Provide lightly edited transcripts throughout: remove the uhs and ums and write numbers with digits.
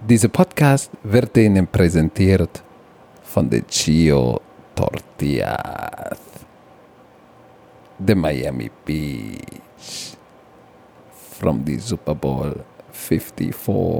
Dieser Podcast wird Ihnen präsentiert von der Chio Tortillas, the Miami Beach, from the Super Bowl 54,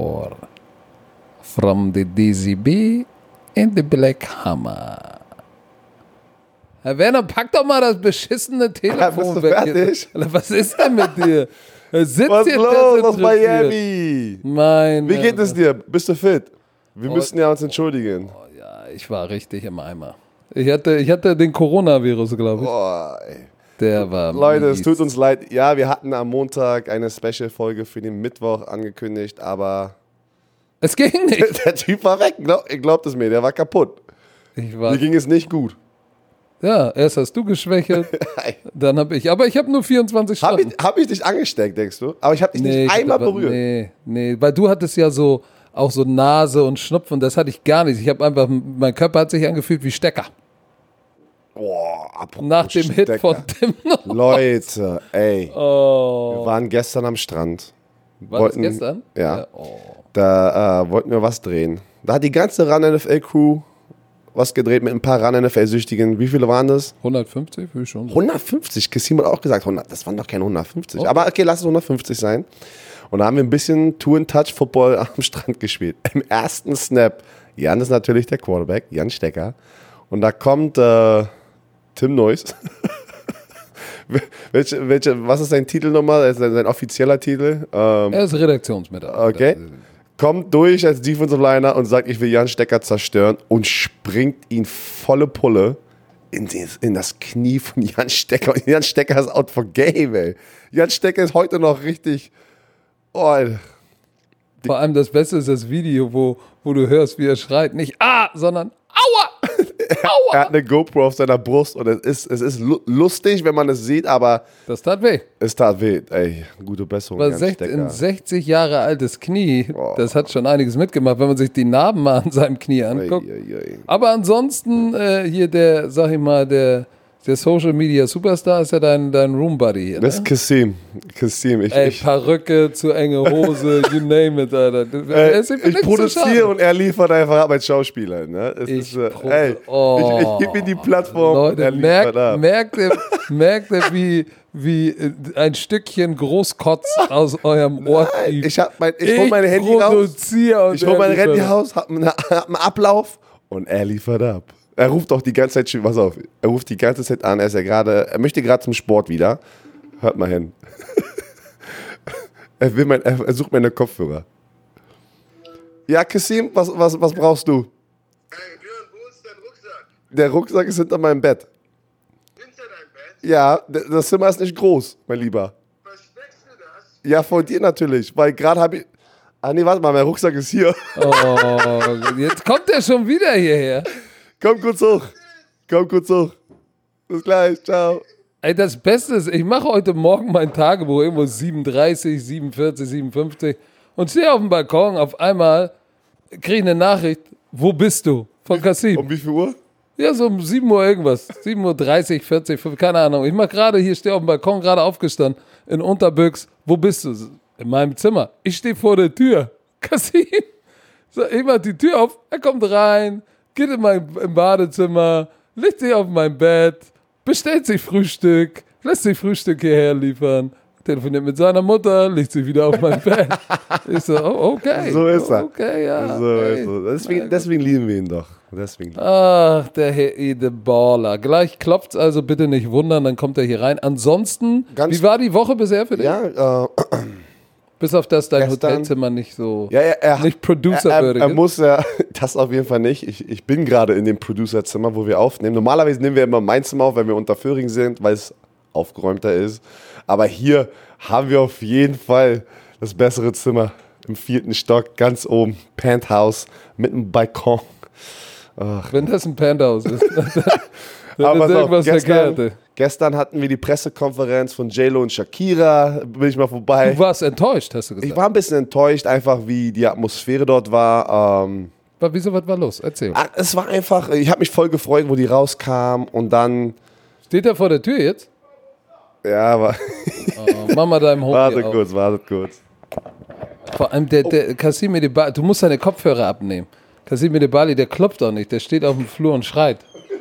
from the DZB and the Black Hammer. Herr Werner, pack doch mal das beschissene Telefon weg. Fertig? Was ist denn mit dir? Was ist los aus Miami? Wie geht es dir? Bist du fit? Wir müssen ja uns entschuldigen. Oh, ja, ich war richtig im Eimer. Ich hatte den Coronavirus, glaube ich. Boah, ey. Der war Leute, mies. es tut uns leid. Ja, wir hatten am Montag eine Special-Folge für den Mittwoch angekündigt, aber Es ging nicht. der Typ war weg. Glaubt es mir, der war kaputt. Mir ging es nicht gut. Ja, erst hast du geschwächelt, dann habe ich. Aber ich habe nur 24 Stunden. Hab ich dich angesteckt, denkst du? Aber ich habe dich nicht einmal berührt. Nee, weil du hattest ja auch so Nase und Schnupfen, das hatte ich gar nicht. Mein Körper hat sich angefühlt wie Stecker. Boah, apropos Nach dem Stecker. Hit von Tim. Leute, ey. Oh. Wir waren gestern am Strand. War das gestern? Ja. Oh. Da wollten wir was drehen. Da hat die ganze RAN-NFL-Crew was gedreht mit ein paar RAN-NFL-Süchtigen. Wie viele waren das? 150, will ich schon. 150. Kassim hat auch gesagt, 100. Das waren doch keine 150. Oh. Aber okay, lass es 150 sein. Und da haben wir ein bisschen Two-and-Touch-Football am Strand gespielt. Im ersten Snap. Jan ist natürlich der Quarterback, Jan Stecker. Und da kommt Tim Noyes. Was ist sein Titel nochmal? Sein offizieller Titel? Er ist Redaktionsmitarbeiter. Okay. Kommt durch als Defensive Liner und sagt, ich will Jan Stecker zerstören und springt ihn volle Pulle in das Knie von Jan Stecker. Und Jan Stecker ist out for game, ey. Jan Stecker ist heute noch richtig... Oh, vor allem das Beste ist das Video, wo du hörst, wie er schreit. Nicht sondern Aua! Aua! Er hat eine GoPro auf seiner Brust und es ist lustig, wenn man es sieht, aber... Das tat weh. Es tat weh. Ey, gute Besserung, Aber Jan Stecker. ein 60 Jahre altes Knie, das hat schon einiges mitgemacht, wenn man sich die Narben mal an seinem Knie anguckt. Aber ansonsten hier der Social Media Superstar ist ja dein Room Buddy hier, ne? Das ist Kassim. Perücke, zu enge Hose, you name it, Alter. Ich produziere und er liefert einfach ab als Schauspieler. Ne? Ich gebe ihm die Plattform Leute, und er liefert ab. Merkt ihr, wie ein Stückchen Großkotz aus eurem Ohr trieft? Ich hole mein Handy raus, hab einen Ablauf und er liefert ab. Er ruft auch die ganze Zeit, pass auf, er ruft die ganze Zeit an, er möchte gerade zum Sport wieder. Hört mal hin. Er sucht meine Kopfhörer. Ja, Kassim, was brauchst du? Hey Björn, wo ist dein Rucksack? Der Rucksack ist hinter meinem Bett. Hinter deinem Bett? Ja, das Zimmer ist nicht groß, mein Lieber. Versteckst du das? Ja, vor dir natürlich, weil gerade habe ich... nee, warte mal, mein Rucksack ist hier. Oh, jetzt kommt er schon wieder hierher. Komm kurz hoch. Bis gleich, ciao. Ey, das Beste ist, ich mache heute Morgen mein Tagebuch irgendwo 7:30, 47, 57 und stehe auf dem Balkon. Auf einmal kriege ich eine Nachricht, wo bist du? Von Kassim. Um wie viel Uhr? Ja, so um 7 Uhr irgendwas. 7:30, 40, 5, keine Ahnung. Ich mache gerade hier, stehe auf dem Balkon, gerade aufgestanden, in Unterbüchs. Wo bist du? In meinem Zimmer. Ich stehe vor der Tür. Kassim. So, ich mache die Tür auf, er kommt rein, geht im Badezimmer, legt sich auf mein Bett, bestellt sich Frühstück, lässt sich Frühstück hierher liefern, telefoniert mit seiner Mutter, legt sich wieder auf mein Bett. Ich so, okay. So ist er. Okay, ja. So ist er. Deswegen lieben wir ihn doch. Ach, der Herr Ede Baller. Gleich klopft's, also bitte nicht wundern, dann kommt er hier rein. Ansonsten, wie war die Woche bisher für dich? Ja, bis auf das dein gestern, Hotelzimmer nicht so, nicht producerwürdig ist. Er muss das auf jeden Fall nicht. Ich bin gerade in dem Producerzimmer, wo wir aufnehmen. Normalerweise nehmen wir immer mein Zimmer auf, wenn wir unter Föhring sind, weil es aufgeräumter ist. Aber hier haben wir auf jeden Fall das bessere Zimmer im 4. Stock, ganz oben, Penthouse mit einem Balkon. Ach. Wenn das ein Penthouse ist, dann Aber ist irgendwas verkehrt. Gestern hatten wir die Pressekonferenz von J-Lo und Shakira, bin ich mal vorbei. Du warst enttäuscht, hast du gesagt. Ich war ein bisschen enttäuscht, einfach wie die Atmosphäre dort war. Wieso, was war los? Erzähl. Es war einfach, ich habe mich voll gefreut, wo die rauskam und dann... Steht er vor der Tür jetzt? Ja, aber... Mach mal deinem Homie Wartet kurz. Vor allem der Kassim Edebali, du musst deine Kopfhörer abnehmen. Kassim Edebali, der klopft auch nicht, der steht auf dem Flur und schreit.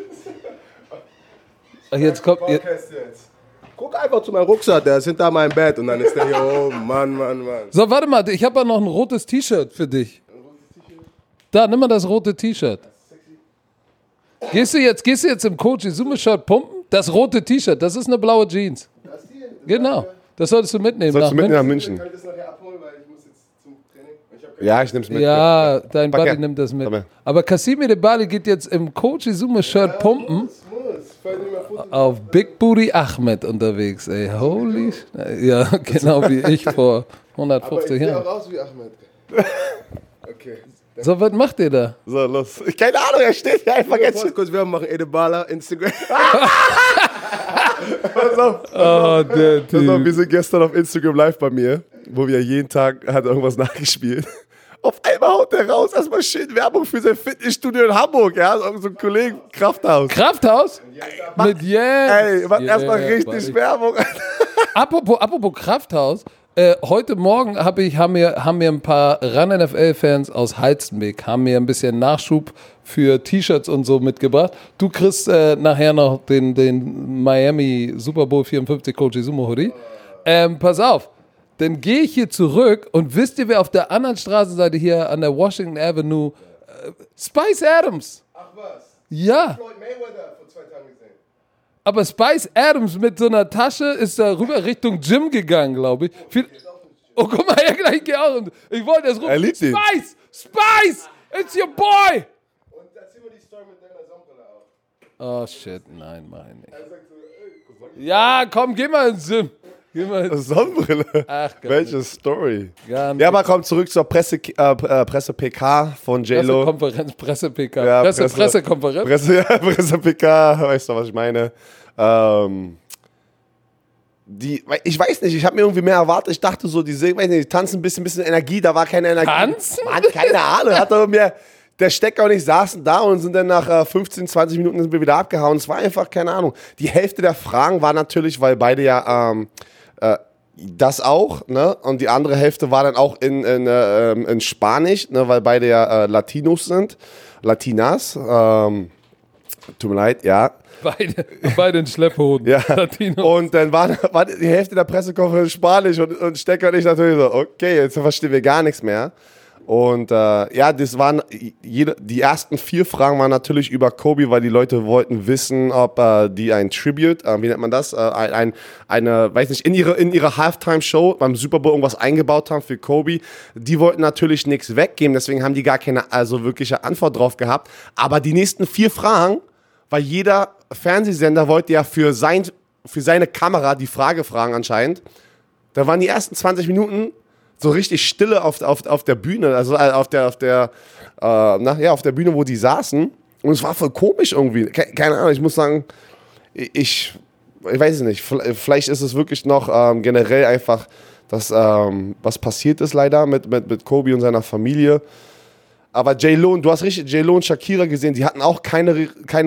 Ach, jetzt kommt... Guck einfach zu meinem Rucksack, der ist hinter meinem Bett und dann ist der hier oben. Mann. So, warte mal, ich habe ja noch ein rotes T-Shirt für dich. Da, nimm mal das rote T-Shirt. Gehst du jetzt im Coach Izume-Shirt pumpen? Das rote T-Shirt, das ist eine blaue Jeans. Genau, das solltest du mitnehmen. Sollst du mitnehmen nach München? Kann ich das nachher abholen, weil ich muss jetzt zum Training. Ja, ich nehm's mit. Ja, dein Pack Buddy her. nimmt das mit. Komm her. Aber Kassim Edebali geht jetzt im Coach Izume-Shirt pumpen. Auf Big Booty Ahmed unterwegs, ey. Holy ja, genau wie ich vor 150 Ich sehe Jahren. auch aus wie Ahmed. Okay. So, was macht ihr da? So, los. Keine Ahnung, er steht hier einfach jetzt. Kurz Werbung machen, Edebala, Instagram. Pass auf. Oh, der Pass auf, Typ. wir sind gestern auf Instagram live bei mir, wo wir jeden Tag hat irgendwas nachgespielt. Auf einmal haut der raus, erstmal schön Werbung für sein Fitnessstudio in Hamburg, ja, so ein Kollegen, Krafthaus. Krafthaus? Mit Yeah. Ey, macht erstmal richtig buddy. Werbung. Apropos Krafthaus. Heute Morgen haben mir ein paar RAN-NFL-Fans aus Heizenbeek haben mir ein bisschen Nachschub für T-Shirts und so mitgebracht. Du kriegst nachher noch den Miami Super Bowl 54 Coach Izumo Hoodie. Pass auf, dann gehe ich hier zurück und wisst ihr, wer auf der anderen Straßenseite hier an der Washington Avenue Spice Adams. Ach was? Ja, Floyd Mayweather vor 2 Tagen gesehen. aber Spice Adams mit so einer Tasche ist da rüber Richtung Gym gegangen, glaube ich. Oh, guck mal, ja, gleich geh auch. Ich wollte das rufen. Er liebt ihn. Spice! It's your boy! Und erzähl mir die Story mit deiner Sonnenbrille auch. Oh, shit, nein, mach ich nicht. Er sagt so, ey, guck mal. Ja, komm, geh mal ins Gym. Geh mal ins Sonnenbrille. Ach, gar Welche nicht. Story. Gar nicht. Ja, aber komm zurück zur Presse-PK von J-Lo. Pressekonferenz, Presse-PK. Ja, Pressekonferenz. Presse-PK, weißt du, was ich meine? Ich weiß nicht, ich habe mir irgendwie mehr erwartet. Ich dachte so, die tanzen ein bisschen Energie, da war keine Energie. Tanzen? Mann, keine Ahnung, hat aber mehr. Der Stecker und ich saßen da und sind dann nach 15, 20 Minuten sind wir wieder abgehauen. Es war einfach, keine Ahnung. Die Hälfte der Fragen war natürlich, weil beide ja das auch, ne? Und die andere Hälfte war dann auch in Spanisch, ne? Weil beide ja Latinos sind. Latinas. Tut mir leid, ja. Beide in Schlepphoden. Ja. Latino. Und dann war die Hälfte der Pressekonferenz Spanisch und Stecker und ich natürlich so, okay, jetzt verstehen wir gar nichts mehr. Und ja, das waren die ersten 4 Fragen waren natürlich über Kobe, weil die Leute wollten wissen, ob die ein Tribute, wie nennt man das, eine, weiß nicht, in ihre Halftime-Show beim Super Bowl irgendwas eingebaut haben für Kobe. Die wollten natürlich nichts weggeben, deswegen haben die gar keine wirkliche Antwort drauf gehabt. Aber die nächsten 4 Fragen, weil jeder Fernsehsender wollte ja für seine Kamera die Frage fragen anscheinend, da waren die ersten 20 Minuten so richtig Stille auf der Bühne, also auf der Bühne, wo die saßen. Und es war voll komisch irgendwie. Keine Ahnung, ich muss sagen, ich weiß es nicht. Vielleicht ist es wirklich noch generell einfach, dass was passiert ist leider mit Kobe und seiner Familie. Aber J-Lo, du hast richtig J-Lo und Shakira gesehen, die hatten auch keine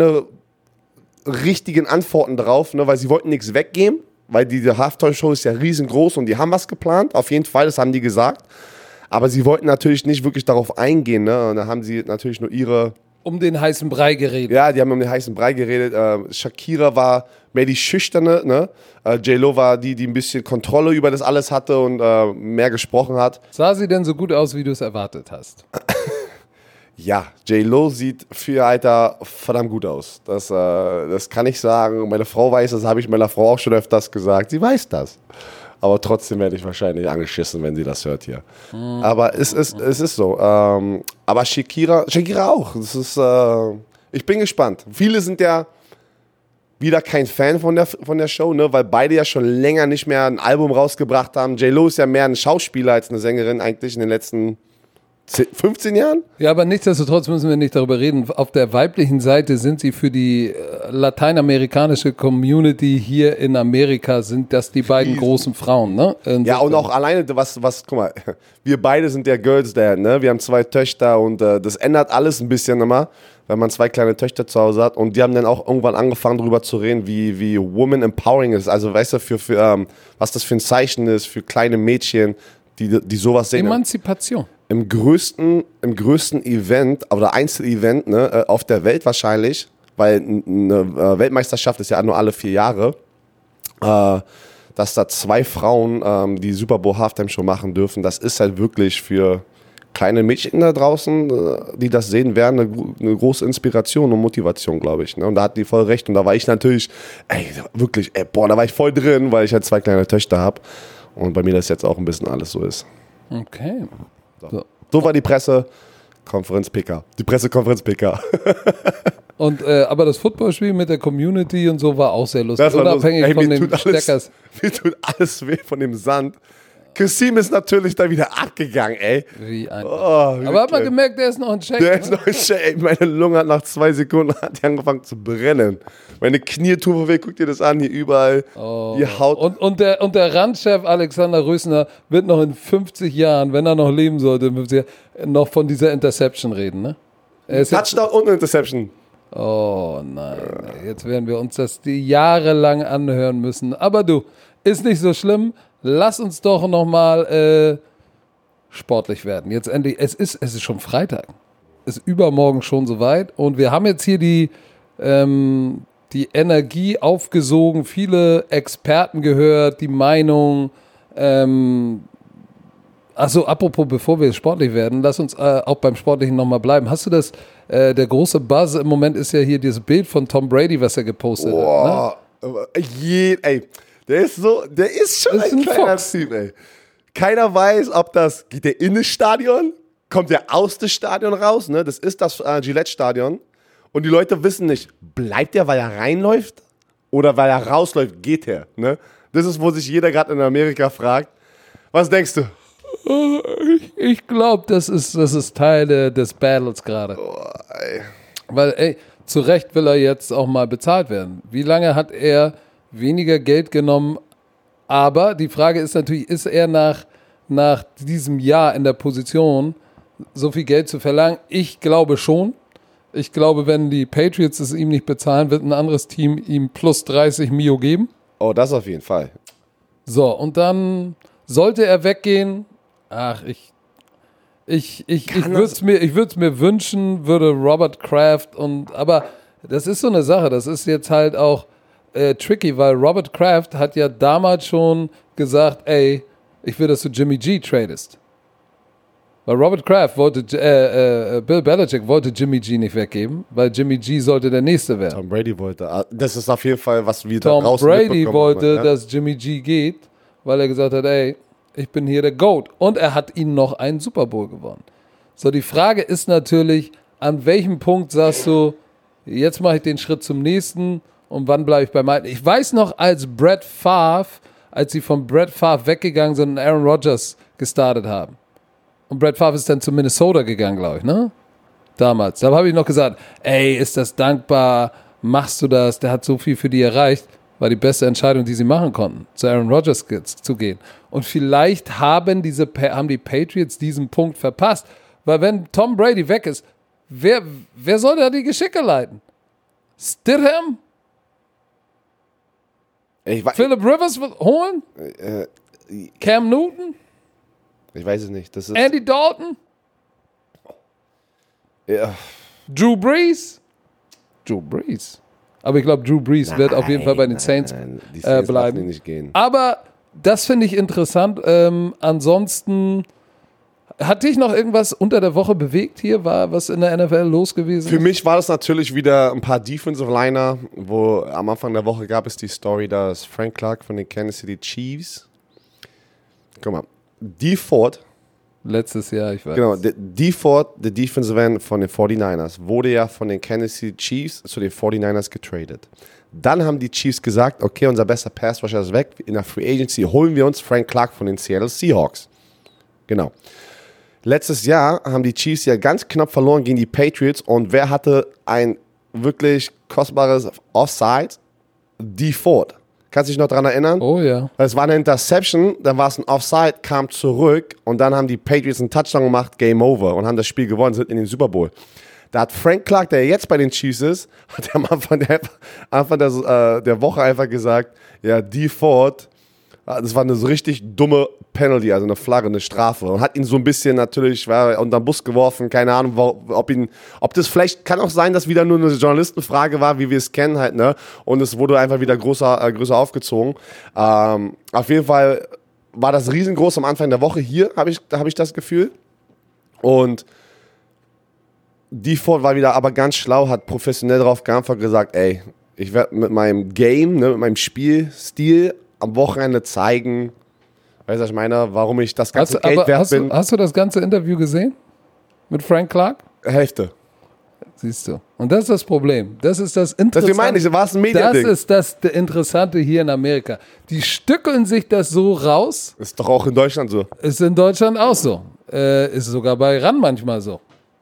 richtigen Antworten drauf, ne, weil sie wollten nichts weggeben. Weil diese Halftime-Show ist ja riesengroß und die haben was geplant, auf jeden Fall, das haben die gesagt. Aber sie wollten natürlich nicht wirklich darauf eingehen, ne? Und da haben sie natürlich nur Um den heißen Brei geredet. ja, die haben um den heißen Brei geredet. Shakira war mehr die Schüchterne, ne? J-Lo war die ein bisschen Kontrolle über das alles hatte und mehr gesprochen hat. Sah sie denn so gut aus, wie du es erwartet hast? Ja, J-Lo sieht für ihr Alter verdammt gut aus. Das kann ich sagen. Meine Frau weiß das, habe ich meiner Frau auch schon öfters gesagt. Sie weiß das. Aber trotzdem werde ich wahrscheinlich angeschissen, wenn sie das hört hier. Aber es ist so. Aber Shakira auch. Das ist, ich bin gespannt. Viele sind ja wieder kein Fan von der Show, ne? Weil beide ja schon länger nicht mehr ein Album rausgebracht haben. J-Lo ist ja mehr ein Schauspieler als eine Sängerin eigentlich in den letzten 15 Jahren? Ja, aber nichtsdestotrotz müssen wir nicht darüber reden. Auf der weiblichen Seite sind sie für die lateinamerikanische Community hier in Amerika, sind das die beiden großen Frauen, ne? Ja, und auch alleine, guck mal, wir beide sind ja Girls Dad, ne? Wir haben 2 Töchter und das ändert alles ein bisschen immer, wenn man 2 kleine Töchter zu Hause hat. Und die haben dann auch irgendwann angefangen, darüber zu reden, wie Woman Empowering ist. Also, weißt du, für was das für ein Zeichen ist, für kleine Mädchen, die sowas sehen. Emanzipation. Im größten Event oder Einzelevent, ne, auf der Welt wahrscheinlich, weil eine Weltmeisterschaft ist ja nur alle 4 Jahre, dass da 2 Frauen die Super Bowl Halftime Show machen dürfen, das ist halt wirklich für kleine Mädchen da draußen, die das sehen werden, eine große Inspiration und Motivation, glaube ich. Ne? Und da hat die voll recht. Und da war ich natürlich, da war ich voll drin, weil ich halt 2 kleine Töchter habe. Und bei mir das jetzt auch ein bisschen alles so ist. Okay. So war die Pressekonferenz PK. Die Pressekonferenz PK. Und aber das Footballspiel mit der Community und so war auch sehr lustig. Das war Unabhängig von den Steckers. Mir tut alles weh von dem Sand. Kassim ist natürlich da wieder abgegangen, ey. Wie ein aber hat man gemerkt, der ist noch ein Check. Der ist noch ein Check, ey. Meine Lunge hat nach 2 Sekunden angefangen zu brennen. Meine Knie tun weh, guck dir das an, hier überall. Die Haut. Und der Randchef Alexander Rösner wird noch in 50 Jahren, wenn er noch leben sollte, noch von dieser Interception reden, ne? Touchdown und Interception. Oh nein, jetzt werden wir uns das die jahrelang anhören müssen. Aber du, ist nicht so schlimm. Lass uns doch nochmal sportlich werden. Jetzt endlich, es ist schon Freitag. Ist übermorgen schon soweit. Und wir haben jetzt hier die Energie aufgesogen, viele Experten gehört, die Meinung. Achso, apropos, bevor wir sportlich werden, lass uns auch beim Sportlichen nochmal bleiben. Hast du das, der große Buzz im Moment ist ja hier dieses Bild von Tom Brady, was er gepostet hat. Ne? Der ist schon ein kleiner Typ, ey. Keiner weiß, ob geht der in das Stadion, kommt der aus dem Stadion raus, ne? Das ist das Gillette-Stadion. Und die Leute wissen nicht, bleibt der, weil er reinläuft? Oder weil er rausläuft, geht er, ne? Das ist, wo sich jeder gerade in Amerika fragt. Was denkst du? Ich glaube, das ist Teil des Battles gerade. Weil, zu Recht will er jetzt auch mal bezahlt werden. Wie lange hat er weniger Geld genommen? Aber die Frage ist natürlich, ist er nach diesem Jahr in der Position, so viel Geld zu verlangen? Ich glaube schon. Ich glaube, wenn die Patriots es ihm nicht bezahlen, wird ein anderes Team ihm plus 30 Mio geben. Oh, das auf jeden Fall. So, und dann sollte er weggehen. Ach, ich würde es mir wünschen, würde Robert Kraft aber das ist so eine Sache, das ist jetzt halt auch tricky, weil Robert Kraft hat ja damals schon gesagt, ey, ich will, dass du Jimmy G tradest. Weil Robert Kraft Bill Belichick wollte Jimmy G nicht weggeben, weil Jimmy G sollte der Nächste werden. Tom Brady wollte, das ist auf jeden Fall, was wir da Tom draußen Brady wollte, dass Jimmy G geht, weil er gesagt hat, ey, ich bin hier der GOAT. Und er hat ihnen noch einen Super Bowl gewonnen. So, die Frage ist natürlich, an welchem Punkt sagst du, jetzt mache ich den Schritt zum nächsten und wann bleibe ich bei meinem? Ich weiß noch, als sie von Brett Favre weggegangen sind und Aaron Rodgers gestartet haben. Und Brett Favre ist dann zu Minnesota gegangen, glaube ich, ne? Damals. Da habe ich noch gesagt, ey, ist das dankbar, machst du das? Der hat so viel für die erreicht. War die beste Entscheidung, die sie machen konnten, zu Aaron Rodgers zu gehen. Und vielleicht haben die Patriots diesen Punkt verpasst. Weil wenn Tom Brady weg ist, wer soll da die Geschicke leiten? Stidham? Philip Rivers holen? Cam Newton? Ich weiß es nicht. Das ist Andy Dalton? Ja. Drew Brees? Drew Brees. Aber ich glaube, Drew Brees wird auf jeden Fall bei den Saints bleiben. Nicht gehen. Aber das finde ich interessant. Ansonsten, hat dich noch irgendwas unter der Woche bewegt hier? War was in der NFL los gewesen? Für mich war das natürlich wieder ein paar Defensive Liner, wo am Anfang der Woche gab es die Story, dass Frank Clark von den Kansas City Chiefs, guck mal, Dee Ford, letztes Jahr, ich weiß. Genau, Dee Ford, der Defensive End von den 49ers, wurde ja von den Kansas City Chiefs zu den 49ers getradet. Dann haben die Chiefs gesagt, okay, unser bester Pass-Rusher ist weg, in der Free Agency holen wir uns Frank Clark von den Seattle Seahawks. Genau. Letztes Jahr haben die Chiefs ja ganz knapp verloren gegen die Patriots und wer hatte ein wirklich kostbares Offside? Dee Ford. Kannst du dich noch daran erinnern? Oh ja. Es war eine Interception, dann war es ein Offside, kam zurück und dann haben die Patriots einen Touchdown gemacht, Game Over und haben das Spiel gewonnen, sind in den Super Bowl. Da hat Frank Clark, der jetzt bei den Chiefs ist, hat am Anfang der Woche einfach gesagt, ja, Dee Ford Das war eine so richtig dumme Penalty, also eine Flagge, eine Strafe. Und hat ihn so ein bisschen natürlich unter den Bus geworfen. Keine Ahnung, ob das vielleicht, kann auch sein, dass wieder nur eine Journalistenfrage war, wie wir es kennen halt, ne? Und es wurde einfach wieder größer aufgezogen. Auf jeden Fall war das riesengroß am Anfang der Woche hier, hab ich das Gefühl. Und die Ford war wieder aber ganz schlau, hat professionell darauf geantwortet, gesagt, ey, ich werde mit meinem Game, ne, mit meinem Spielstil am Wochenende zeigen, weißt du, was ich meine, warum ich das ganze Geld wert bin. Hast du das ganze Interview gesehen? Mit Frank Clark? Hälfte. Siehst du. Und das ist das Problem. Das ist das Interessante. Deswegen meine ich, war es ein Mediending. Das ist das Interessante hier in Amerika. Die stückeln sich das so raus. Ist doch auch in Deutschland so. Ist in Deutschland auch so. Ist sogar bei RAN manchmal so.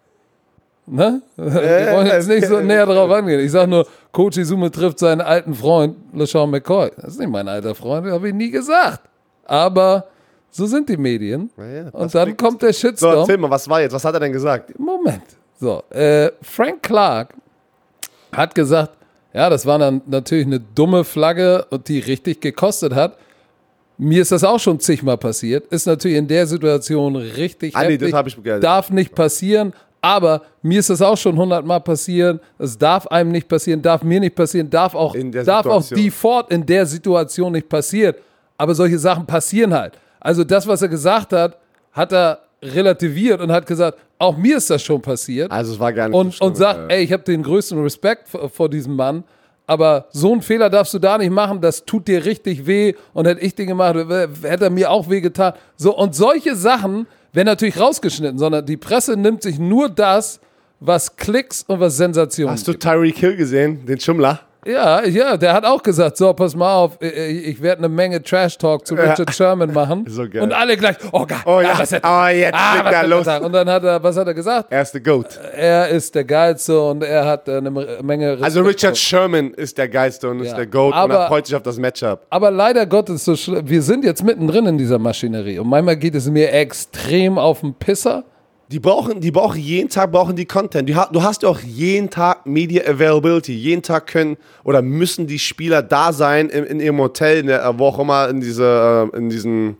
Ne? Wir wollen jetzt nicht so näher drauf angehen. Ich sag nur, Coach Izume trifft seinen alten Freund, LeSean McCoy. Das ist nicht mein alter Freund, das habe ich nie gesagt. Aber so sind die Medien. Ja, und dann kommt der So, Shitstorm. erzähl mal, was war jetzt? Was hat er denn gesagt? Moment. So, Frank Clark hat gesagt, ja, das war dann natürlich eine dumme Flagge und die richtig gekostet hat. Mir ist das auch schon zigmal passiert. Ist natürlich in der Situation richtig heftig. Das habe ich begleitet. Darf nicht passieren. Aber mir ist das auch schon 100-mal passieren. Es darf einem nicht passieren, darf mir nicht passieren, darf auch Default in der Situation nicht passieren. Aber solche Sachen passieren halt. Also das, was er gesagt hat, hat er relativiert und hat gesagt, auch mir ist das schon passiert. Also es war gar nicht und sagt, ey, ich habe den größten Respekt vor diesem Mann. Aber so einen Fehler darfst du da nicht machen, das tut dir richtig weh. Und hätte ich den gemacht, hätte er mir auch weh getan. So, und solche Sachen werden natürlich rausgeschnitten, sondern die Presse nimmt sich nur das, was Klicks und was Sensationen Hast du Tyreek Hill gesehen, den Schummler? Ja, der hat auch gesagt, so, pass mal auf, ich werde eine Menge Trash-Talk zu Richard Sherman machen. So geil. Und alle gleich, oh geil, Oh ja, jetzt fliegt er los. Und dann was hat er gesagt? Er ist der GOAT. Er ist der Geilste und er hat eine Menge Respekt. Also Richard Sherman ist der Geilste und ist der GOAT und er freut sich auf das Matchup. Aber leider Gottes, wir sind jetzt mittendrin in dieser Maschinerie und manchmal geht es mir extrem auf den Pisser. Die brauchen jeden Tag die Content. Du hast ja auch jeden Tag Media Availability. Jeden Tag müssen die Spieler da sein in ihrem Hotel, wo auch immer in diesen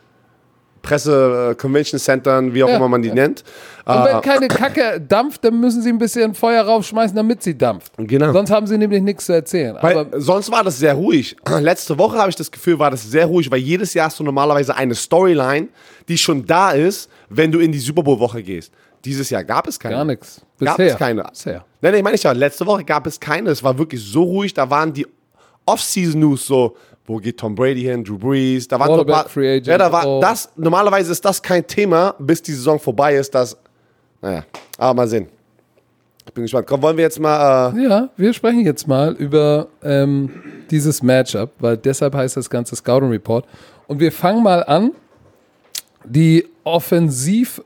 Presse-Convention-Centern, wie auch immer man die nennt. Und wenn keine Kacke dampft, dann müssen sie ein bisschen Feuer raufschmeißen, damit sie dampft. Genau. Sonst haben sie nämlich nichts zu erzählen. Weil sonst war das sehr ruhig. Letzte Woche habe ich das Gefühl, war das sehr ruhig, weil jedes Jahr hast du normalerweise eine Storyline, die schon da ist, wenn du in die Super Bowl-Woche gehst. Dieses Jahr gab es keine. Gar nichts. Bisher. Gab es keine. Bisher. Nein, ich meine nicht, letzte Woche gab es keine. Es war wirklich so ruhig. Da waren die Off-Season-News so, wo geht Tom Brady hin, Drew Brees. Da waren so ein paar, Free Agent. ja, da war das. Normalerweise ist das kein Thema, bis die Saison vorbei ist. Aber mal sehen. Ich bin gespannt. Komm, wollen wir jetzt mal... Ja, wir sprechen jetzt mal über dieses Matchup, weil deshalb heißt das ganze Scouting Report. Und wir fangen mal an, die Offensives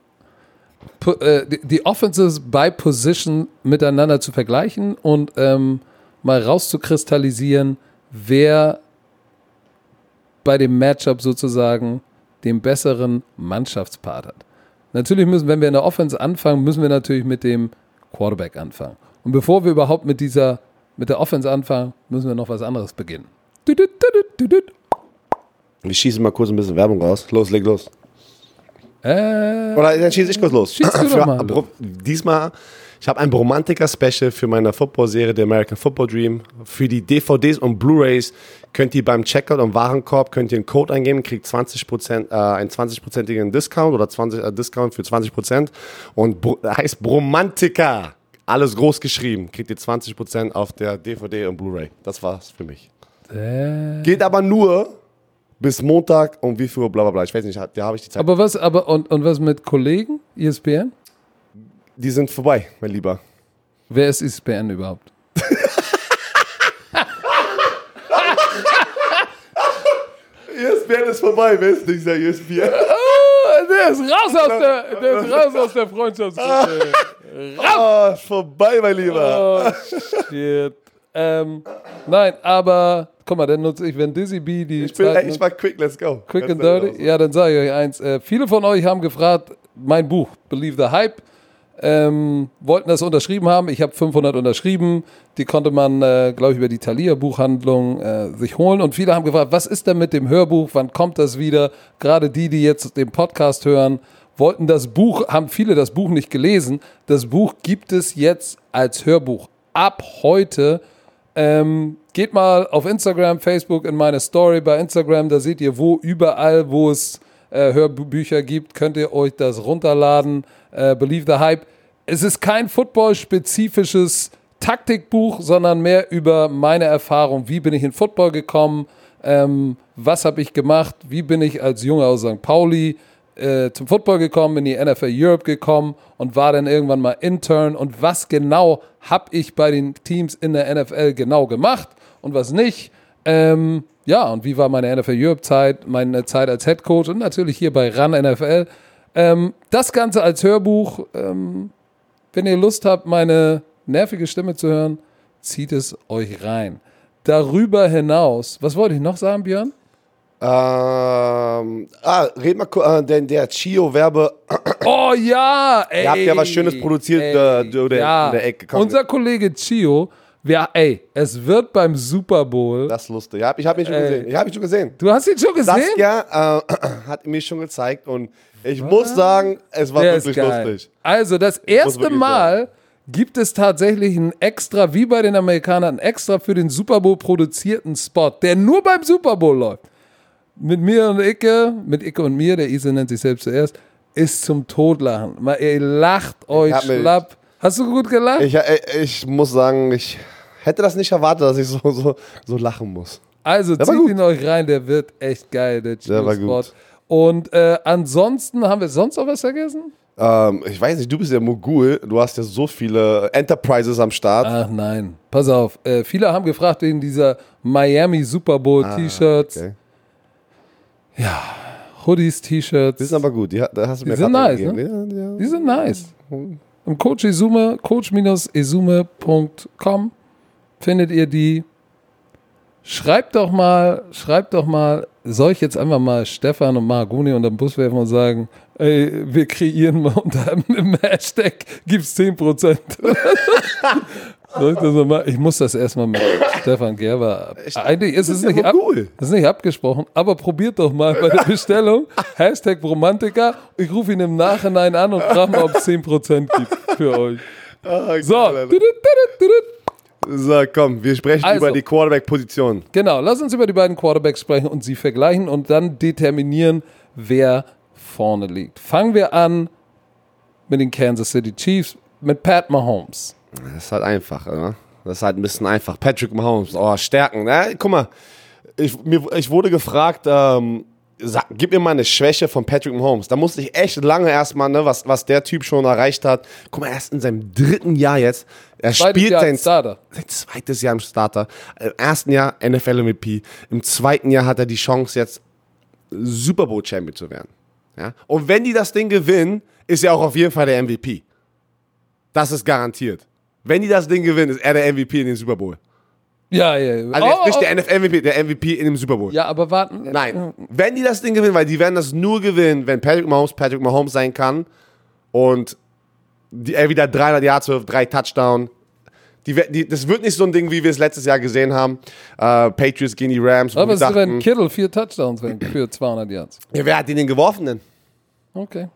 by Position miteinander zu vergleichen und mal rauszukristallisieren, wer bei dem Matchup sozusagen den besseren Mannschaftspart hat. Natürlich wenn wir in der Offense anfangen, müssen wir natürlich mit dem Quarterback anfangen. Und bevor wir überhaupt mit der Offense anfangen, müssen wir noch was anderes beginnen. Wir schießen mal kurz ein bisschen Werbung raus. Los, leg los. Oder dann schieße ich kurz los. Schieß du doch mal. Diesmal, ich habe ein Bromantiker-Special für meine Football-Serie, The American Football Dream. Für die DVDs und Blu-Rays könnt ihr beim Checkout im Warenkorb einen Code eingeben, kriegt 20%, einen 20%igen Discount oder Discount für 20%. Und heißt Bromantiker. Alles groß geschrieben. Kriegt ihr 20% auf der DVD und Blu-ray. Das war's für mich. Geht aber nur bis Montag um wie viel Uhr, bla bla bla. Ich weiß nicht, da habe ich die Zeit. Aber was mit Kollegen, ESPN? Die sind vorbei, mein Lieber. Wer ist ESPN überhaupt? ESPN ist vorbei, wer ist dieser ESPN? Der ist raus aus der Freundschaftsgruppe. Raus! Vorbei, mein Lieber. Oh, shit. Nein, aber guck mal, dann nutze ich, wenn Dizzy B ich war quick, let's go. Quick and dirty. Ja, dann sage ich euch eins. Viele von euch haben gefragt, mein Buch, Believe the Hype. wollten das unterschrieben haben. Ich habe 500 unterschrieben. Die konnte man, glaube ich, über die Thalia-Buchhandlung sich holen. Und viele haben gefragt, was ist denn mit dem Hörbuch? Wann kommt das wieder? Gerade die jetzt den Podcast hören, wollten das Buch, haben viele das Buch nicht gelesen. Das Buch gibt es jetzt als Hörbuch. Ab heute. Geht mal auf Instagram, Facebook in meine Story bei Instagram. Da seht ihr, überall, wo es Hörbücher gibt, könnt ihr euch das runterladen. Believe the Hype. Es ist kein football-spezifisches Taktikbuch, sondern mehr über meine Erfahrung. Wie bin ich in Football gekommen? Was habe ich gemacht? Wie bin ich als Junge aus St. Pauli zum Football gekommen, in die NFL Europe gekommen und war dann irgendwann mal Intern? Und was genau habe ich bei den Teams in der NFL genau gemacht und was nicht? Ja, und wie war meine NFL Europe-Zeit, meine Zeit als Head Coach und natürlich hier bei RAN NFL. Das Ganze als Hörbuch. Wenn ihr Lust habt, meine nervige Stimme zu hören, zieht es euch rein. Darüber hinaus, was wollte ich noch sagen, Björn? Red mal kurz, der Chio-Werbe. Oh ja, ey. Ihr habt ja was Schönes produziert in der Ecke. Komm. Unser Kollege Chio, es wird beim Super Bowl. Das ist lustig. Ich habe ihn schon gesehen. Du hast ihn schon gesehen? Saskia hat mir schon gezeigt und ich muss sagen, es war wirklich lustig. Also das erste Mal gibt es tatsächlich einen extra, wie bei den Amerikanern, einen extra für den Super Bowl produzierten Spot, der nur beim Super Bowl läuft. Mit mir und Icke, mit Icke und mir, der Ise nennt sich selbst zuerst, ist zum Totlachen. Ihr lacht euch schlapp. Hast du gut gelacht? Ich muss sagen, ich hätte das nicht erwartet, dass ich so lachen muss. Also zieht ihn euch rein, der wird echt geil, der Chio-Spot. Und ansonsten, haben wir sonst noch was vergessen? Ich weiß nicht, du bist ja Mogul, du hast ja so viele Enterprises am Start. Ach nein, pass auf. Viele haben gefragt wegen dieser Miami Super Bowl T-Shirts. Okay. Ja, Hoodies, T-Shirts. Die sind aber gut, da hast du mir sind nice, ne? Ja. Die sind nice. Im Coach Esume, coach-esume.com findet ihr die. Schreibt doch mal, soll ich jetzt einfach mal Stefan und Maragoni unter den Bus werfen und sagen, ey, wir kreieren mal unter einem Hashtag, gibt's 10%. Soll ich das mal machen? Ich muss das erstmal mit Stefan Gerber. Eigentlich ist es nicht, ist nicht abgesprochen, aber probiert doch mal bei der Bestellung Hashtag Bromantica. Ich rufe ihn im Nachhinein an und frage mal, ob es 10% gibt für euch. So. So, komm, wir sprechen über die Quarterback-Position. Genau, lass uns über die beiden Quarterbacks sprechen und sie vergleichen und dann determinieren, wer vorne liegt. Fangen wir an mit den Kansas City Chiefs, mit Pat Mahomes. Das ist halt einfach, oder? Das ist halt ein bisschen einfach. Patrick Mahomes, Stärken. Guck mal, ich wurde gefragt, gib mir mal eine Schwäche von Patrick Mahomes. Da musste ich echt lange erstmal, ne, was der Typ schon erreicht hat. Guck mal, er ist in seinem 3. Jahr jetzt. Er spielt sein zweites Jahr im Starter. Im 1. Jahr NFL-MVP. Im 2. Jahr hat er die Chance, jetzt Super Bowl-Champion zu werden. Ja? Und wenn die das Ding gewinnen, ist er auch auf jeden Fall der MVP. Das ist garantiert. Wenn die das Ding gewinnen, ist er der MVP in den Super Bowl. Ja. Also jetzt nicht der NFL-MVP, der MVP in dem Super Bowl. Ja, aber warten. Nein, wenn die das Ding gewinnen, weil die werden das nur gewinnen, wenn Patrick Mahomes sein kann und er wieder 300 Yards wirft, 3 Touchdown. Das wird nicht so ein Ding, wie wir es letztes Jahr gesehen haben. Patriots gegen die Rams. Aber es ist, wenn Kittle 4 Touchdowns für 200 Yards. Ja, wer hat den geworfen denn? Okay.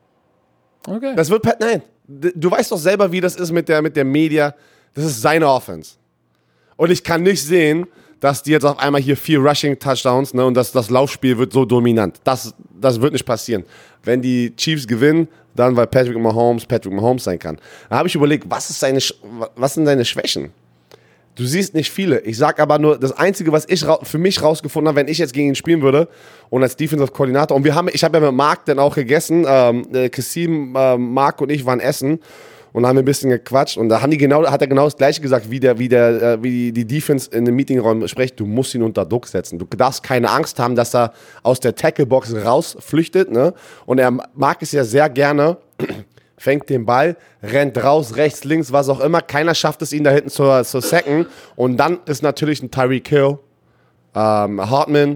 Das wird nein. Du weißt doch selber, wie das ist mit der Media. Das ist seine Offense. Und ich kann nicht sehen, dass die jetzt auf einmal hier 4 Rushing-Touchdowns, ne, und das Laufspiel wird so dominant. Das wird nicht passieren. Wenn die Chiefs gewinnen, dann weil Patrick Mahomes sein kann. Da habe ich überlegt, was sind seine Schwächen? Du siehst nicht viele. Ich sag aber nur, das Einzige, was ich für mich rausgefunden habe, wenn ich jetzt gegen ihn spielen würde und als Defensive Koordinator, und ich habe ja mit Marc dann auch gegessen, Kassim, Marc und ich waren essen und haben ein bisschen gequatscht und da hat er genau das Gleiche gesagt, wie die Defense in den Meetingraum spricht. Du musst ihn unter Druck setzen. Du darfst keine Angst haben, dass er aus der Tackle-Box rausflüchtet, ne? Und er mag es ja sehr gerne, fängt den Ball, rennt raus, rechts, links, was auch immer. Keiner schafft es, ihn da hinten zu sacken. Und dann ist natürlich ein Tyreek Hill, Hartman,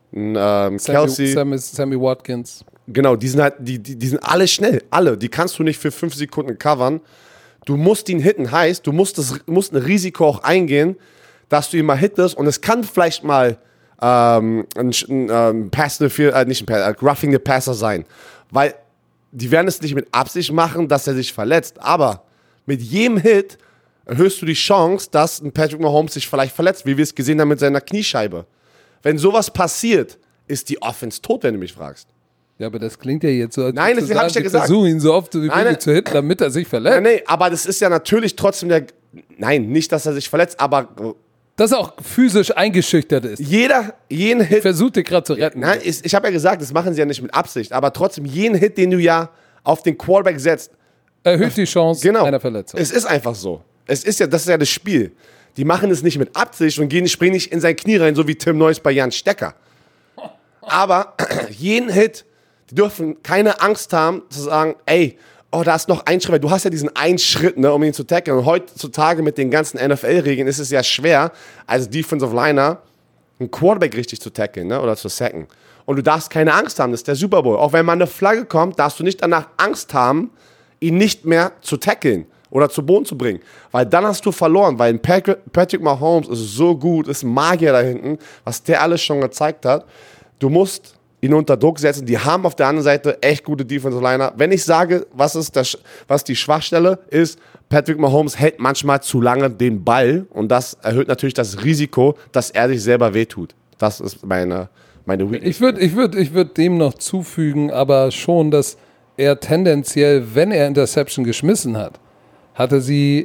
Kelsey. Sammy Watkins. Genau, die sind halt, die sind alle schnell, alle. Die kannst du nicht für 5 Sekunden covern. Du musst ihn hitten, heißt, du musst ein Risiko auch eingehen, dass du ihn mal hittest und es kann vielleicht mal ein Roughing the Passer sein, weil die werden es nicht mit Absicht machen, dass er sich verletzt, aber mit jedem Hit erhöhst du die Chance, dass ein Patrick Mahomes sich vielleicht verletzt, wie wir es gesehen haben mit seiner Kniescheibe. Wenn sowas passiert, ist die Offense tot, wenn du mich fragst. Ja, aber das klingt ja jetzt so, als nein, das habe ich ja gesagt. Versuche ihn so oft wie möglich zu hitten, damit er sich verletzt. Nein, aber das ist ja natürlich trotzdem nein, nicht, dass er sich verletzt, aber dass er auch physisch eingeschüchtert ist. Jeden Hit. Versucht dir gerade zu retten. Nein, ich habe ja gesagt, das machen sie ja nicht mit Absicht, aber trotzdem, jeden Hit, den du ja auf den Quarterback setzt, erhöht die Chance einer Verletzung. Es ist einfach so. Das ist ja das Spiel. Die machen es nicht mit Absicht und springen nicht in sein Knie rein, so wie Tim Neuss bei Jan Stecker. Aber jeden Hit, die dürfen keine Angst haben, zu sagen, ey, da ist noch ein Schritt, weil du hast ja diesen einen Schritt, ne, um ihn zu tackeln. Und heutzutage mit den ganzen NFL-Regeln ist es ja schwer, als Defensive Liner einen Quarterback richtig zu tackeln, ne, oder zu sacken. Und du darfst keine Angst haben, das ist der Super Bowl. Auch wenn mal eine Flagge kommt, darfst du nicht danach Angst haben, ihn nicht mehr zu tackeln oder zu Boden zu bringen. Weil dann hast du verloren, weil Patrick Mahomes ist so gut, ist ein Magier da hinten, was der alles schon gezeigt hat. Du musst ihn unter Druck setzen. Die haben auf der anderen Seite echt gute Defensive Liner. Wenn ich sage, was die Schwachstelle ist, Patrick Mahomes hält manchmal zu lange den Ball und das erhöht natürlich das Risiko, dass er sich selber wehtut. Das ist meine Weakness. Ich würd dem noch zufügen, aber schon, dass er tendenziell, wenn er Interception geschmissen hat, hat er sie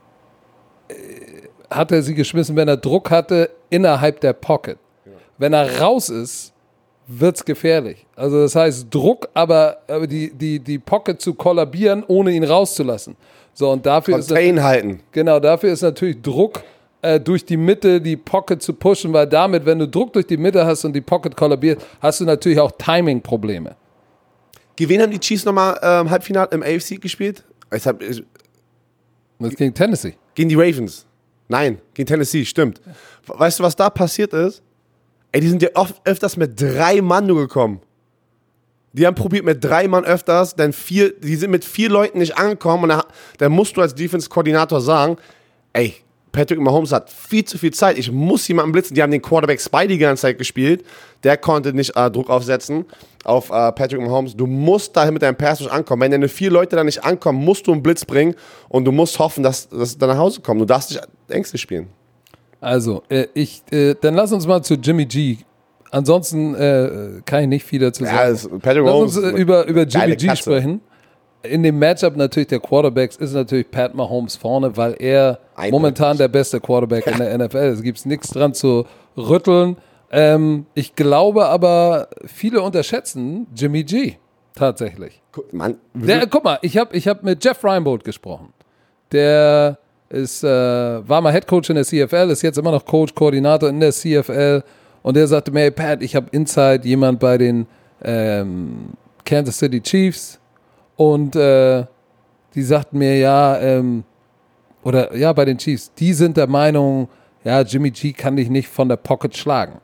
geschmissen, wenn er Druck hatte, innerhalb der Pocket. Ja. Wenn er raus ist, wird's gefährlich. Also das heißt Druck, aber die Pocket zu kollabieren, ohne ihn rauszulassen. So, und dafür halten. Genau, dafür ist natürlich Druck durch die Mitte, die Pocket zu pushen, weil damit, wenn du Druck durch die Mitte hast und die Pocket kollabiert, hast du natürlich auch Timing-Probleme. Gegen wen haben die Chiefs nochmal Halbfinale im AFC gespielt? Das gegen Tennessee. Gegen die Ravens. Nein, gegen Tennessee, stimmt. Weißt du, was da passiert ist? Ey, die sind ja öfters mit 3 Mann nur gekommen. Die haben probiert mit 3 Mann öfters, denn die sind mit 4 Leuten nicht angekommen und dann musst du als Defense-Koordinator sagen, ey, Patrick Mahomes hat viel zu viel Zeit, ich muss jemanden blitzen. Die haben den Quarterback Spidey die ganze Zeit gespielt, der konnte nicht Druck aufsetzen auf Patrick Mahomes. Du musst dahin mit deinem Pass nicht ankommen. Wenn deine 4 Leute da nicht ankommen, musst du einen Blitz bringen und du musst hoffen, dass da nach Hause kommen. Du darfst nicht ängstlich spielen. Also, dann lass uns mal zu Jimmy G. Ansonsten kann ich nicht viel dazu sagen. Lass uns über Jimmy G sprechen. In dem Matchup natürlich der Quarterbacks ist natürlich Pat Mahomes vorne, weil er momentan der beste Quarterback in der NFL ist. Es gibt nichts dran zu rütteln. Ich glaube aber, viele unterschätzen Jimmy G. Tatsächlich. Guck mal, ich hab mit Jeff Reinbold gesprochen. Der war mal Headcoach in der CFL, ist jetzt immer noch Coach, Koordinator in der CFL. Und der sagte mir, hey Pat, ich habe Inside jemand bei den Kansas City Chiefs. Und die sagten mir, bei den Chiefs, die sind der Meinung, ja, Jimmy G kann dich nicht von der Pocket schlagen.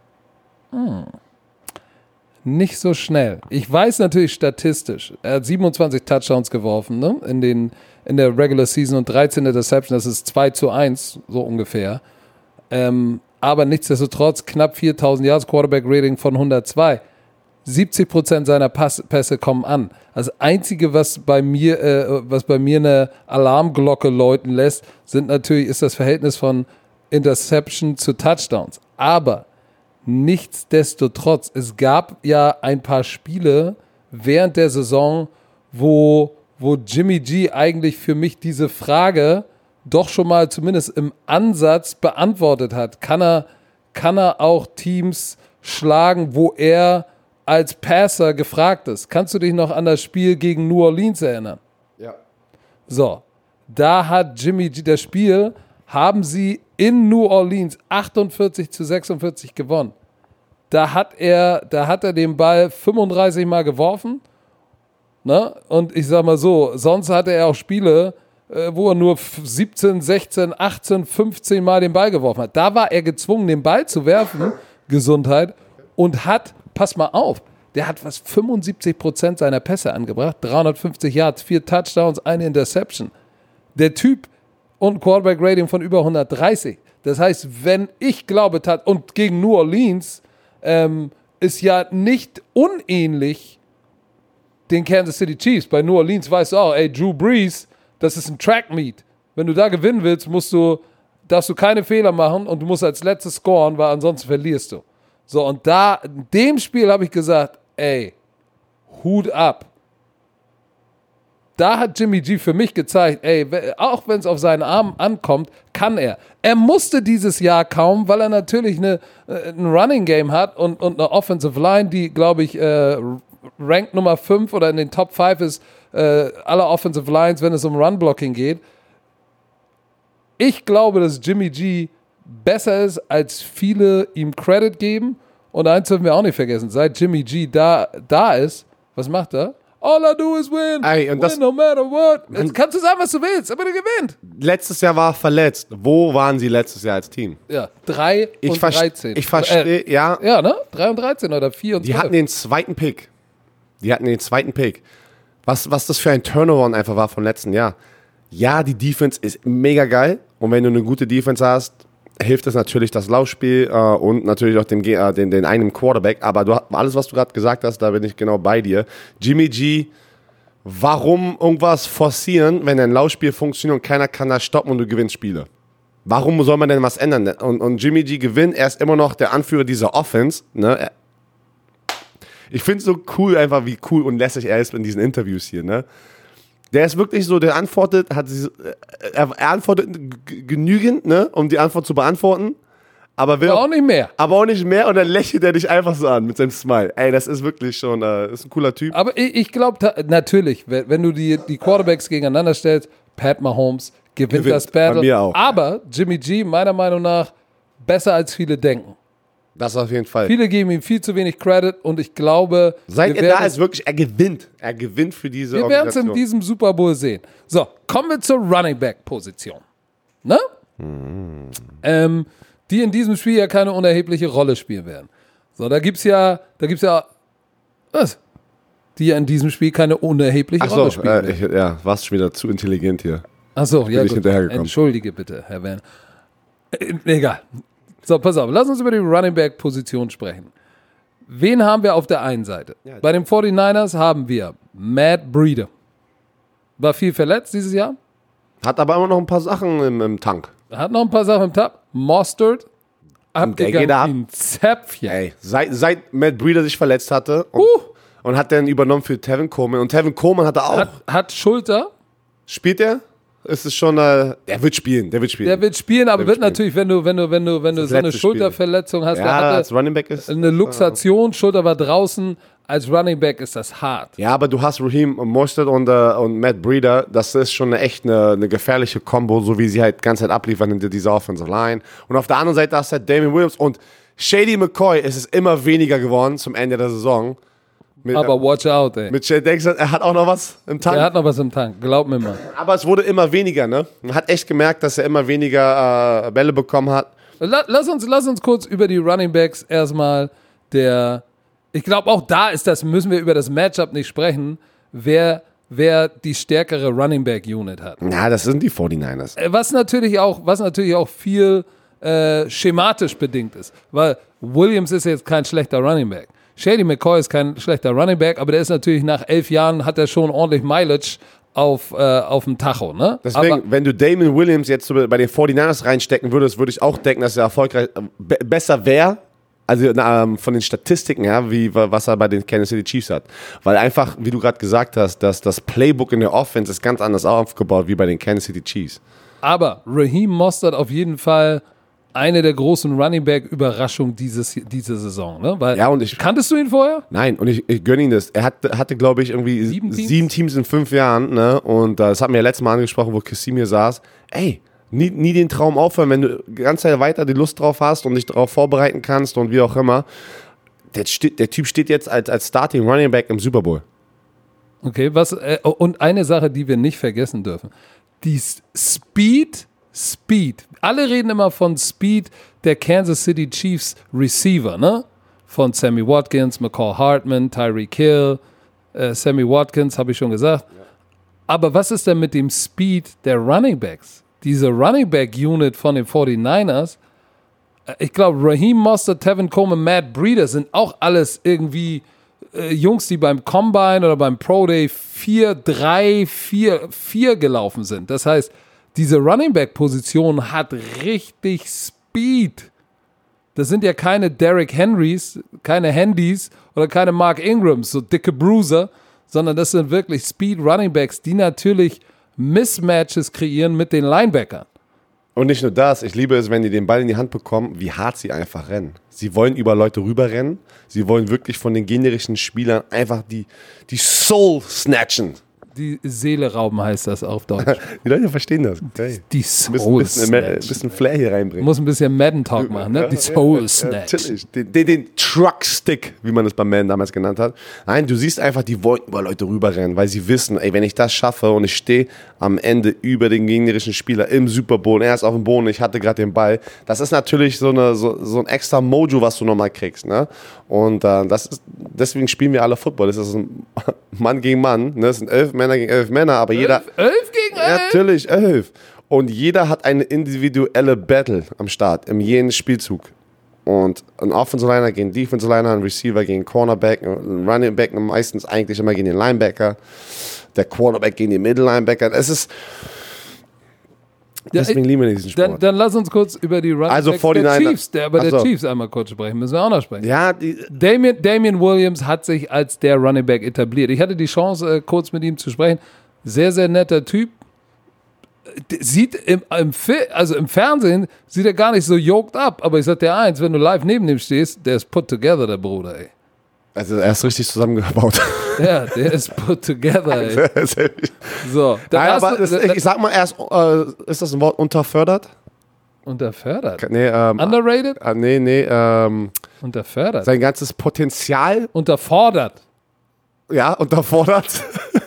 Nicht so schnell. Ich weiß natürlich statistisch, er hat 27 Touchdowns geworfen, ne? In der Regular Season und 13 Interceptions, das ist 2-1, so ungefähr. Aber nichtsdestotrotz knapp 4.000 Yards, Quarterback-Rating von 102. 70% seiner Pässe kommen an. Das Einzige, was bei mir eine Alarmglocke läuten lässt, ist das Verhältnis von Interception zu Touchdowns. Aber nichtsdestotrotz, es gab ja ein paar Spiele während der Saison, wo Jimmy G eigentlich für mich diese Frage doch schon mal zumindest im Ansatz beantwortet hat. Kann er auch Teams schlagen, wo er als Passer gefragt ist? Kannst du dich noch an das Spiel gegen New Orleans erinnern? Ja. So, da hat Jimmy G, das Spiel haben sie in New Orleans 48-46 gewonnen. Da hat er den Ball 35 Mal geworfen. Ne? Und ich sag mal so, sonst hatte er auch Spiele, wo er nur 17, 16, 18, 15 Mal den Ball geworfen hat. Da war er gezwungen, den Ball zu werfen, Gesundheit, und hat, pass mal auf, der hat fast 75% seiner Pässe angebracht, 350 Yards, 4 Touchdowns, eine Interception. Der Typ und ein Quarterback-Rating von über 130. Das heißt, wenn ich glaube, und gegen New Orleans ist ja nicht unähnlich den Kansas City Chiefs. Bei New Orleans weißt du auch, ey, Drew Brees, das ist ein Track-Meet. Wenn du da gewinnen willst, darfst du keine Fehler machen und du musst als letztes scoren, weil ansonsten verlierst du. So, und da, in dem Spiel habe ich gesagt, ey, Hut ab. Da hat Jimmy G für mich gezeigt, ey, auch wenn es auf seinen Arm ankommt, kann er. Er musste dieses Jahr kaum, weil er natürlich ein Running Game hat und eine Offensive Line, die, glaube ich, Rank Nummer 5 oder in den Top 5 ist aller Offensive Lines, wenn es um Run-Blocking geht. Ich glaube, dass Jimmy G besser ist, als viele ihm Credit geben. Und eins dürfen wir auch nicht vergessen, seit Jimmy G da ist, was macht er? All I do is win. Ey, und win no matter what. Jetzt kannst du sagen, was du willst, aber du gewinnt. Letztes Jahr war er verletzt. Wo waren sie letztes Jahr als Team? Ja, 3 und 13. Ich verstehe, ja. Ja, ne? 3 und 13 oder 4 und 12. Die hatten den zweiten Pick. Was das für ein Turnaround einfach war vom letzten Jahr. Ja, die Defense ist mega geil. Und wenn du eine gute Defense hast, hilft es natürlich das Laufspiel und natürlich auch den einen Quarterback. Aber alles, was du gerade gesagt hast, da bin ich genau bei dir. Jimmy G, warum irgendwas forcieren, wenn ein Laufspiel funktioniert und keiner kann das stoppen und du gewinnst Spiele? Warum soll man denn was ändern? Und Jimmy G gewinnt, er ist immer noch der Anführer dieser Offense. Ne? Ich finde es so cool, einfach wie cool und lässig er ist in diesen Interviews hier. Ne? Der ist wirklich so, der antwortet, er antwortet genügend, ne, um die Antwort zu beantworten, aber auch nicht mehr. Aber auch nicht mehr und dann lächelt er dich einfach so an mit seinem Smile. Ey, das ist wirklich schon, ist ein cooler Typ. Aber ich glaube, natürlich, wenn du die Quarterbacks gegeneinander stellst, Pat Mahomes gewinnt das Battle. Bei mir auch. Aber Jimmy G, meiner Meinung nach, besser als viele denken. Das auf jeden Fall. Viele geben ihm viel zu wenig Credit und ich glaube... Seit er da ist, wirklich, er gewinnt. Er gewinnt für diese Organisation. Wir werden es in diesem Super Bowl sehen. So, kommen wir zur Running Back Position. Ne? Die in diesem Spiel ja keine unerhebliche Rolle spielen werden. So, da gibt's ja was? Die ja in diesem Spiel keine unerhebliche Rolle spielen werden. Warst schon wieder zu intelligent hier. Achso, ja gut. Entschuldige bitte, Herr Van. Egal. So, pass auf, lass uns über die Running Back Position sprechen. Wen haben wir auf der einen Seite? Ja, bei den 49ers haben wir Matt Breida. War viel verletzt dieses Jahr. Hat aber immer noch ein paar Sachen im Tank. Mostert. Abgegangen in Zäpfchen. Ey, seit Matt Breida sich verletzt hatte und hat dann übernommen für Tevin Coleman. Und Tevin Coleman hatte auch... Hat Schulter. Spielt er? Ist es schon, der wird spielen. Aber wird natürlich, wenn du so eine Schulterverletzung hast, als Running Back ist eine Luxation, Schulter war draußen, als Running Back ist das hart. Ja, aber du hast Raheem Mostert und Matt Breida, das ist schon eine gefährliche Kombo, so wie sie halt die ganze Zeit abliefern in dieser Offensive Line. Und auf der anderen Seite hast du halt Damien Williams und Shady McCoy, ist es immer weniger geworden zum Ende der Saison. Aber watch out, ey. Mit Shady Dexter, er hat auch noch was im Tank. Er hat noch was im Tank, glaub mir mal. Aber es wurde immer weniger, ne? Man hat echt gemerkt, dass er immer weniger Bälle bekommen hat. Lass uns kurz über die Running Backs erstmal ich glaube auch müssen wir über das Matchup nicht sprechen, wer die stärkere Running Back Unit hat. Ja, das sind die 49ers. Was natürlich auch viel schematisch bedingt ist, weil Williams ist jetzt kein schlechter Running Back. Shady McCoy ist kein schlechter Running Back, aber der ist natürlich nach 11 Jahren, hat er schon ordentlich Mileage auf dem Tacho. Ne? Deswegen, wenn du Damien Williams jetzt bei den 49ers reinstecken würdest, würde ich auch denken, dass er erfolgreich besser wäre, also von den Statistiken her, was er bei den Kansas City Chiefs hat. Weil einfach, wie du gerade gesagt hast, dass das Playbook in der Offense ist ganz anders aufgebaut wie bei den Kansas City Chiefs. Aber Raheem Mostert auf jeden Fall eine der großen Running-Back-Überraschungen diese Saison, ne? Weil, ja, kanntest du ihn vorher? Nein, und ich gönne ihm das. Er hatte glaube ich, irgendwie 7 Teams in 5 Jahren, ne? Und das hatten wir ja letztes Mal angesprochen, wo Kassim hier saß. Ey, nie den Traum aufhören, wenn du die ganze Zeit weiter die Lust drauf hast und dich darauf vorbereiten kannst und wie auch immer. Der Typ steht jetzt als Starting Running Back im Super Bowl. Okay, und eine Sache, die wir nicht vergessen dürfen. Die Speed. Alle reden immer von Speed der Kansas City Chiefs Receiver, ne? von Sammy Watkins, McCall Hartman, Tyreek Hill, Sammy Watkins, habe ich schon gesagt. Ja. Aber was ist denn mit dem Speed der Running Backs? Diese Running Back Unit von den 49ers, ich glaube, Raheem Mostert, Tevin Coleman, Matt Breida sind auch alles irgendwie Jungs, die beim Combine oder beim Pro Day 4-3-4 gelaufen sind. Das heißt, diese Running Back Position hat richtig Speed. Das sind ja keine Derrick Henrys, keine Handys oder keine Mark Ingrams, so dicke Bruiser, sondern das sind wirklich Speed Running Backs, die natürlich Mismatches kreieren mit den Linebackern. Und nicht nur das, ich liebe es, wenn die den Ball in die Hand bekommen, wie hart sie einfach rennen. Sie wollen über Leute rüberrennen, sie wollen wirklich von den gegnerischen Spielern einfach die Soul snatchen. Die Seele rauben heißt das auf Deutsch. Die Leute verstehen das. Hey. Die Soul Snatch. Ein bisschen Flair hier reinbringen. Muss ein bisschen Madden-Talk machen, ne? Die Soul Snatch. Natürlich. Den Truck-Stick, wie man es beim Madden damals genannt hat. Nein, du siehst einfach, die wollen über Leute rüberrennen, weil sie wissen, ey, wenn ich das schaffe und ich stehe am Ende über den gegnerischen Spieler im Super Bowl, er ist auf dem Boden, ich hatte gerade den Ball, das ist natürlich so ein extra Mojo, was du nochmal kriegst, ne? Und deswegen spielen wir alle Football. Das ist ein Mann gegen Mann, ne? Das sind 11 Männer gegen 11 Männer, aber jeder... 11 gegen 11? Natürlich, 11. Und jeder hat eine individuelle Battle am Start, in jedem Spielzug. Und ein Offensive Liner gegen Defensive Liner, ein Receiver gegen Cornerback, ein Running Back meistens eigentlich immer gegen den Linebacker, der Quarterback gegen den Middle Linebacker. Es ist... Deswegen lieben wir diesen Sport. Dann lass uns kurz über die Running Backs der Chiefs, der Chiefs einmal kurz sprechen. Müssen wir auch noch sprechen. Ja, Damian Williams hat sich als der Running Back etabliert. Ich hatte die Chance, kurz mit ihm zu sprechen. Sehr, sehr netter Typ. Sieht im Fernsehen sieht er gar nicht so yoked up. Aber ich sag dir eins, wenn du live neben ihm stehst, der ist put together, der Bruder, ey. Also er ist richtig zusammengebaut. Ja, der ist put together, ey. So, ich sag mal erst, ist das ein Wort unterfördert? Unterfördert? Nee, underrated? Nee. Unterfördert? Sein ganzes Potenzial. Unterfordert. Ja, unterfordert.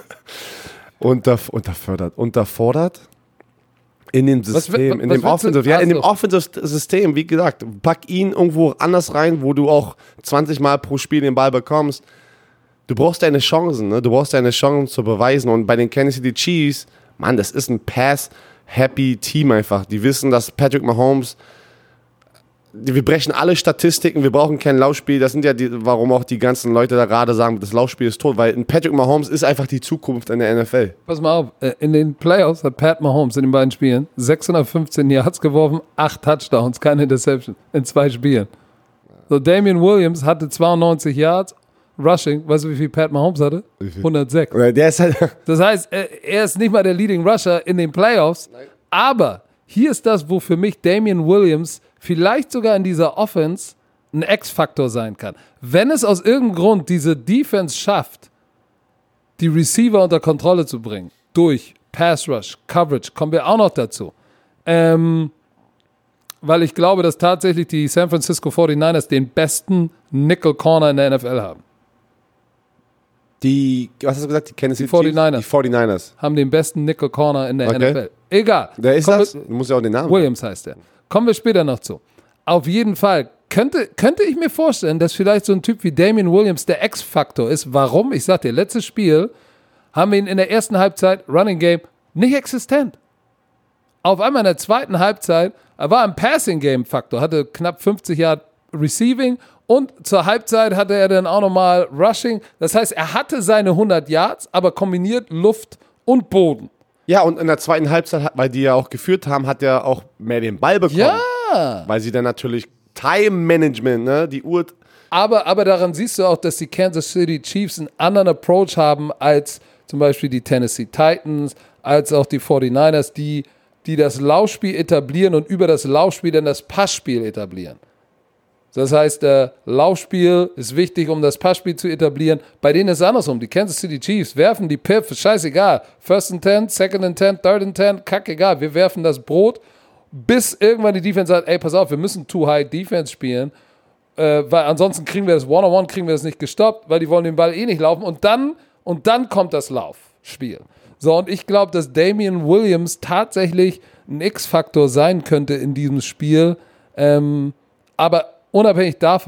Unterfordert. In dem System, in dem Offensive-System, wie gesagt, pack ihn irgendwo anders rein, wo du auch 20 Mal pro Spiel den Ball bekommst. Du brauchst deine Chancen, ne? Du brauchst deine Chancen zu beweisen. Und bei den Kansas City Chiefs, Mann, das ist ein Pass-Happy Team einfach. Die wissen, dass Patrick Mahomes, wir brechen alle Statistiken, wir brauchen kein Laufspiel. Das sind ja warum auch die ganzen Leute da gerade sagen, das Laufspiel ist tot, weil ein Patrick Mahomes ist einfach die Zukunft in der NFL. Pass mal auf, in den Playoffs hat Pat Mahomes in den beiden Spielen 615 Yards geworfen, 8 Touchdowns, keine Interception in 2 Spielen. So, Damian Williams hatte 92 Yards Rushing. Weißt du, wie viel Pat Mahomes hatte? 106. Der ist halt das heißt, er ist nicht mal der Leading Rusher in den Playoffs, aber hier ist das, wo für mich Damian Williams vielleicht sogar in dieser Offense ein X-Faktor sein kann. Wenn es aus irgendeinem Grund diese Defense schafft, die Receiver unter Kontrolle zu bringen, durch Pass Rush, Coverage, kommen wir auch noch dazu. Weil ich glaube, dass tatsächlich die San Francisco 49ers den besten Nickel Corner in der NFL haben. Was hast du gesagt? Die Kansas City 49ers. Die 49ers. Haben den besten Nickel Corner in der NFL. Egal. Wer ist das? Du musst ja auch den Namen. Williams heißt der. Kommen wir später noch zu. Auf jeden Fall könnte ich mir vorstellen, dass vielleicht so ein Typ wie Damian Williams der X-Faktor ist. Warum? Ich sag dir, letztes Spiel haben wir ihn in der ersten Halbzeit, Running Game, nicht existent. Auf einmal in der zweiten Halbzeit, er war im Passing Game Faktor, hatte knapp 50 Yard Receiving und zur Halbzeit hatte er dann auch nochmal Rushing. Das heißt, er hatte seine 100 Yards, aber kombiniert Luft und Boden. Ja, und in der zweiten Halbzeit, weil die ja auch geführt haben, hat er auch mehr den Ball bekommen. Ja. Weil sie dann natürlich Time-Management, ne, die Uhr. Aber daran siehst du auch, dass die Kansas City Chiefs einen anderen Approach haben als zum Beispiel die Tennessee Titans, als auch die 49ers, die das Laufspiel etablieren und über das Laufspiel dann das Passspiel etablieren. Das heißt, Laufspiel ist wichtig, um das Passspiel zu etablieren. Bei denen ist es andersrum. Die Kansas City Chiefs werfen die Piff, scheißegal. First and 10, second and 10, third and 10, kackegal. Wir werfen das Brot, bis irgendwann die Defense sagt, ey, pass auf, wir müssen too high Defense spielen, weil ansonsten kriegen wir das One-on-One, kriegen wir das nicht gestoppt, weil die wollen den Ball eh nicht laufen. Und dann kommt das Laufspiel. So, und ich glaube, dass Damian Williams tatsächlich ein X-Faktor sein könnte in diesem Spiel. Aber unabhängig davon,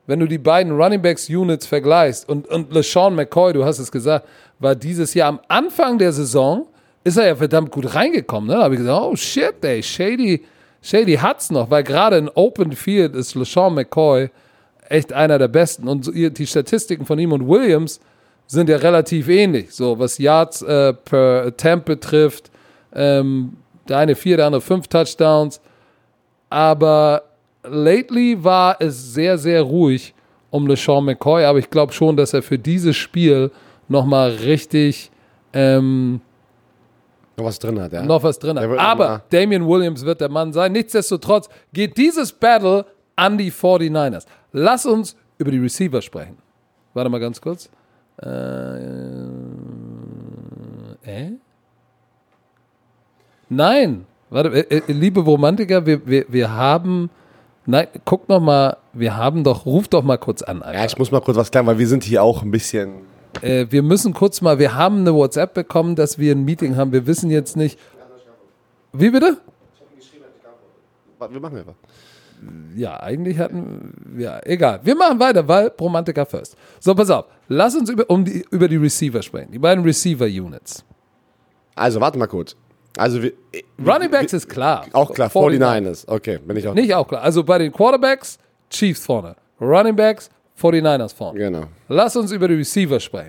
wenn du die beiden Running Backs Units vergleichst und LeSean McCoy, du hast es gesagt, war dieses Jahr am Anfang der Saison, ist er ja verdammt gut reingekommen. Ne? Da habe ich gesagt, oh shit, ey, Shady hat's noch, weil gerade in Open Field ist LeSean McCoy echt einer der Besten. Und die Statistiken von ihm und Williams sind ja relativ ähnlich. So, was Yards per Attempt betrifft, der eine 4, der andere 5 Touchdowns. Aber lately war es sehr, sehr ruhig um LeSean McCoy. Aber ich glaube schon, dass er für dieses Spiel nochmal richtig Noch was drin hat, ja. noch was drin hat. Aber Damian Williams wird der Mann sein. Nichtsdestotrotz geht dieses Battle an die 49ers. Lass uns über die Receiver sprechen. Warte mal ganz kurz. Nein. Warte, liebe Romantiker, wir haben... Nein, guck noch mal, ruf doch mal kurz an. Alter. Ja, ich muss mal kurz was klären, weil wir sind hier auch ein bisschen... wir müssen kurz mal, wir haben eine WhatsApp bekommen, dass wir ein Meeting haben. Wir wissen jetzt nicht... Wie bitte? Wir machen einfach. Ja, eigentlich egal. Wir machen weiter, weil Bromantica first. So, pass auf. Lass uns über die Receiver sprechen. Die beiden Receiver-Units. Also, warte mal kurz. Also, Running Backs ist klar. Auch klar, 49ers. Okay, bin ich auch. Nicht auch klar. Also bei den Quarterbacks, Chiefs vorne. Running Backs, 49ers vorne. Genau. Lass uns über die Receiver sprechen.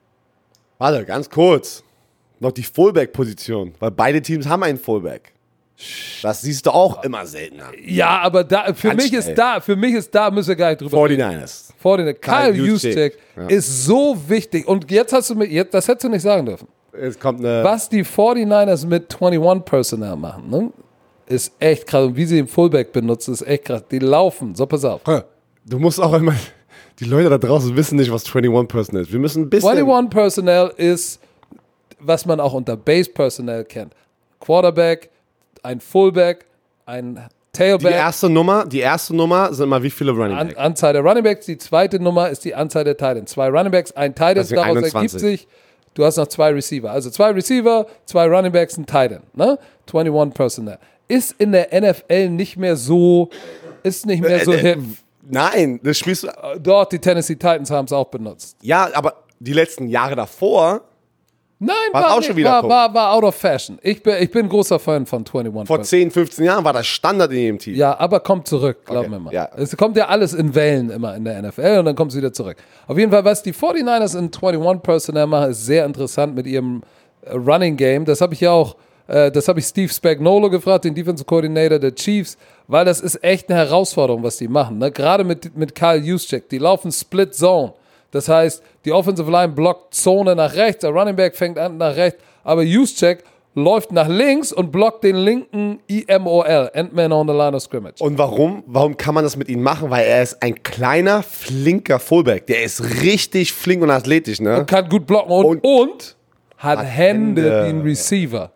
Warte, ganz kurz. Noch die Fullback-Position, weil beide Teams haben einen Fullback. Das siehst du auch immer seltener. Ja, aber für mich ist da, müssen wir gar nicht drüber reden. 49ers. Kyle Juszczyk ist so wichtig. Und jetzt das hättest du nicht sagen dürfen. Es kommt Was die 49ers mit 21 Personnel machen, ne, ist echt krass. Und wie sie den Fullback benutzen, ist echt krass. Die laufen. So, pass auf. Du musst auch einmal, die Leute da draußen wissen nicht, was 21 Personnel ist. Wir müssen ein bisschen... 21 Personnel ist, was man auch unter Base Personnel kennt. Quarterback, ein Fullback, ein Tailback. Die erste Nummer sind mal wie viele Running Backs? Anzahl der Running Backs. Die zweite Nummer ist die Anzahl der Tight Ends. 2 Running Backs, ein Tight End, daraus 21. ergibt sich, du hast noch 2 Receiver. Also 2 Receiver, 2 Running Backs, ein Tight End. Ne? 21 Personnel. Ist in der NFL nicht mehr so hip. Nein, das spielst du... Dort, die Tennessee Titans haben es auch benutzt. Ja, aber die letzten Jahre davor... Nein, war out of fashion. Ich bin großer Fan von 21. Vor 10, 15 Jahren war das Standard in jedem Team. Ja, aber kommt zurück, glaub mir mal. Ja. Es kommt ja alles in Wellen immer in der NFL und dann kommt es wieder zurück. Auf jeden Fall, was die 49ers in 21 Personnel machen, ist sehr interessant mit ihrem Running Game. Das habe ich Steve Spagnuolo gefragt, den Defensive Coordinator der Chiefs, weil das ist echt eine Herausforderung, was die machen. Ne? Gerade mit Kyle Juszczyk. Die laufen Split Zone. Das heißt, die Offensive Line blockt Zone nach rechts, der Running Back fängt an nach rechts, aber Juszczyk läuft nach links und blockt den linken EMOL, End-Man on the Line of Scrimmage. Und warum? Warum kann man das mit ihm machen? Weil er ist ein kleiner, flinker Fullback. Der ist richtig flink und athletisch, ne? Und kann gut blocken und hat Hände wie ein Receiver.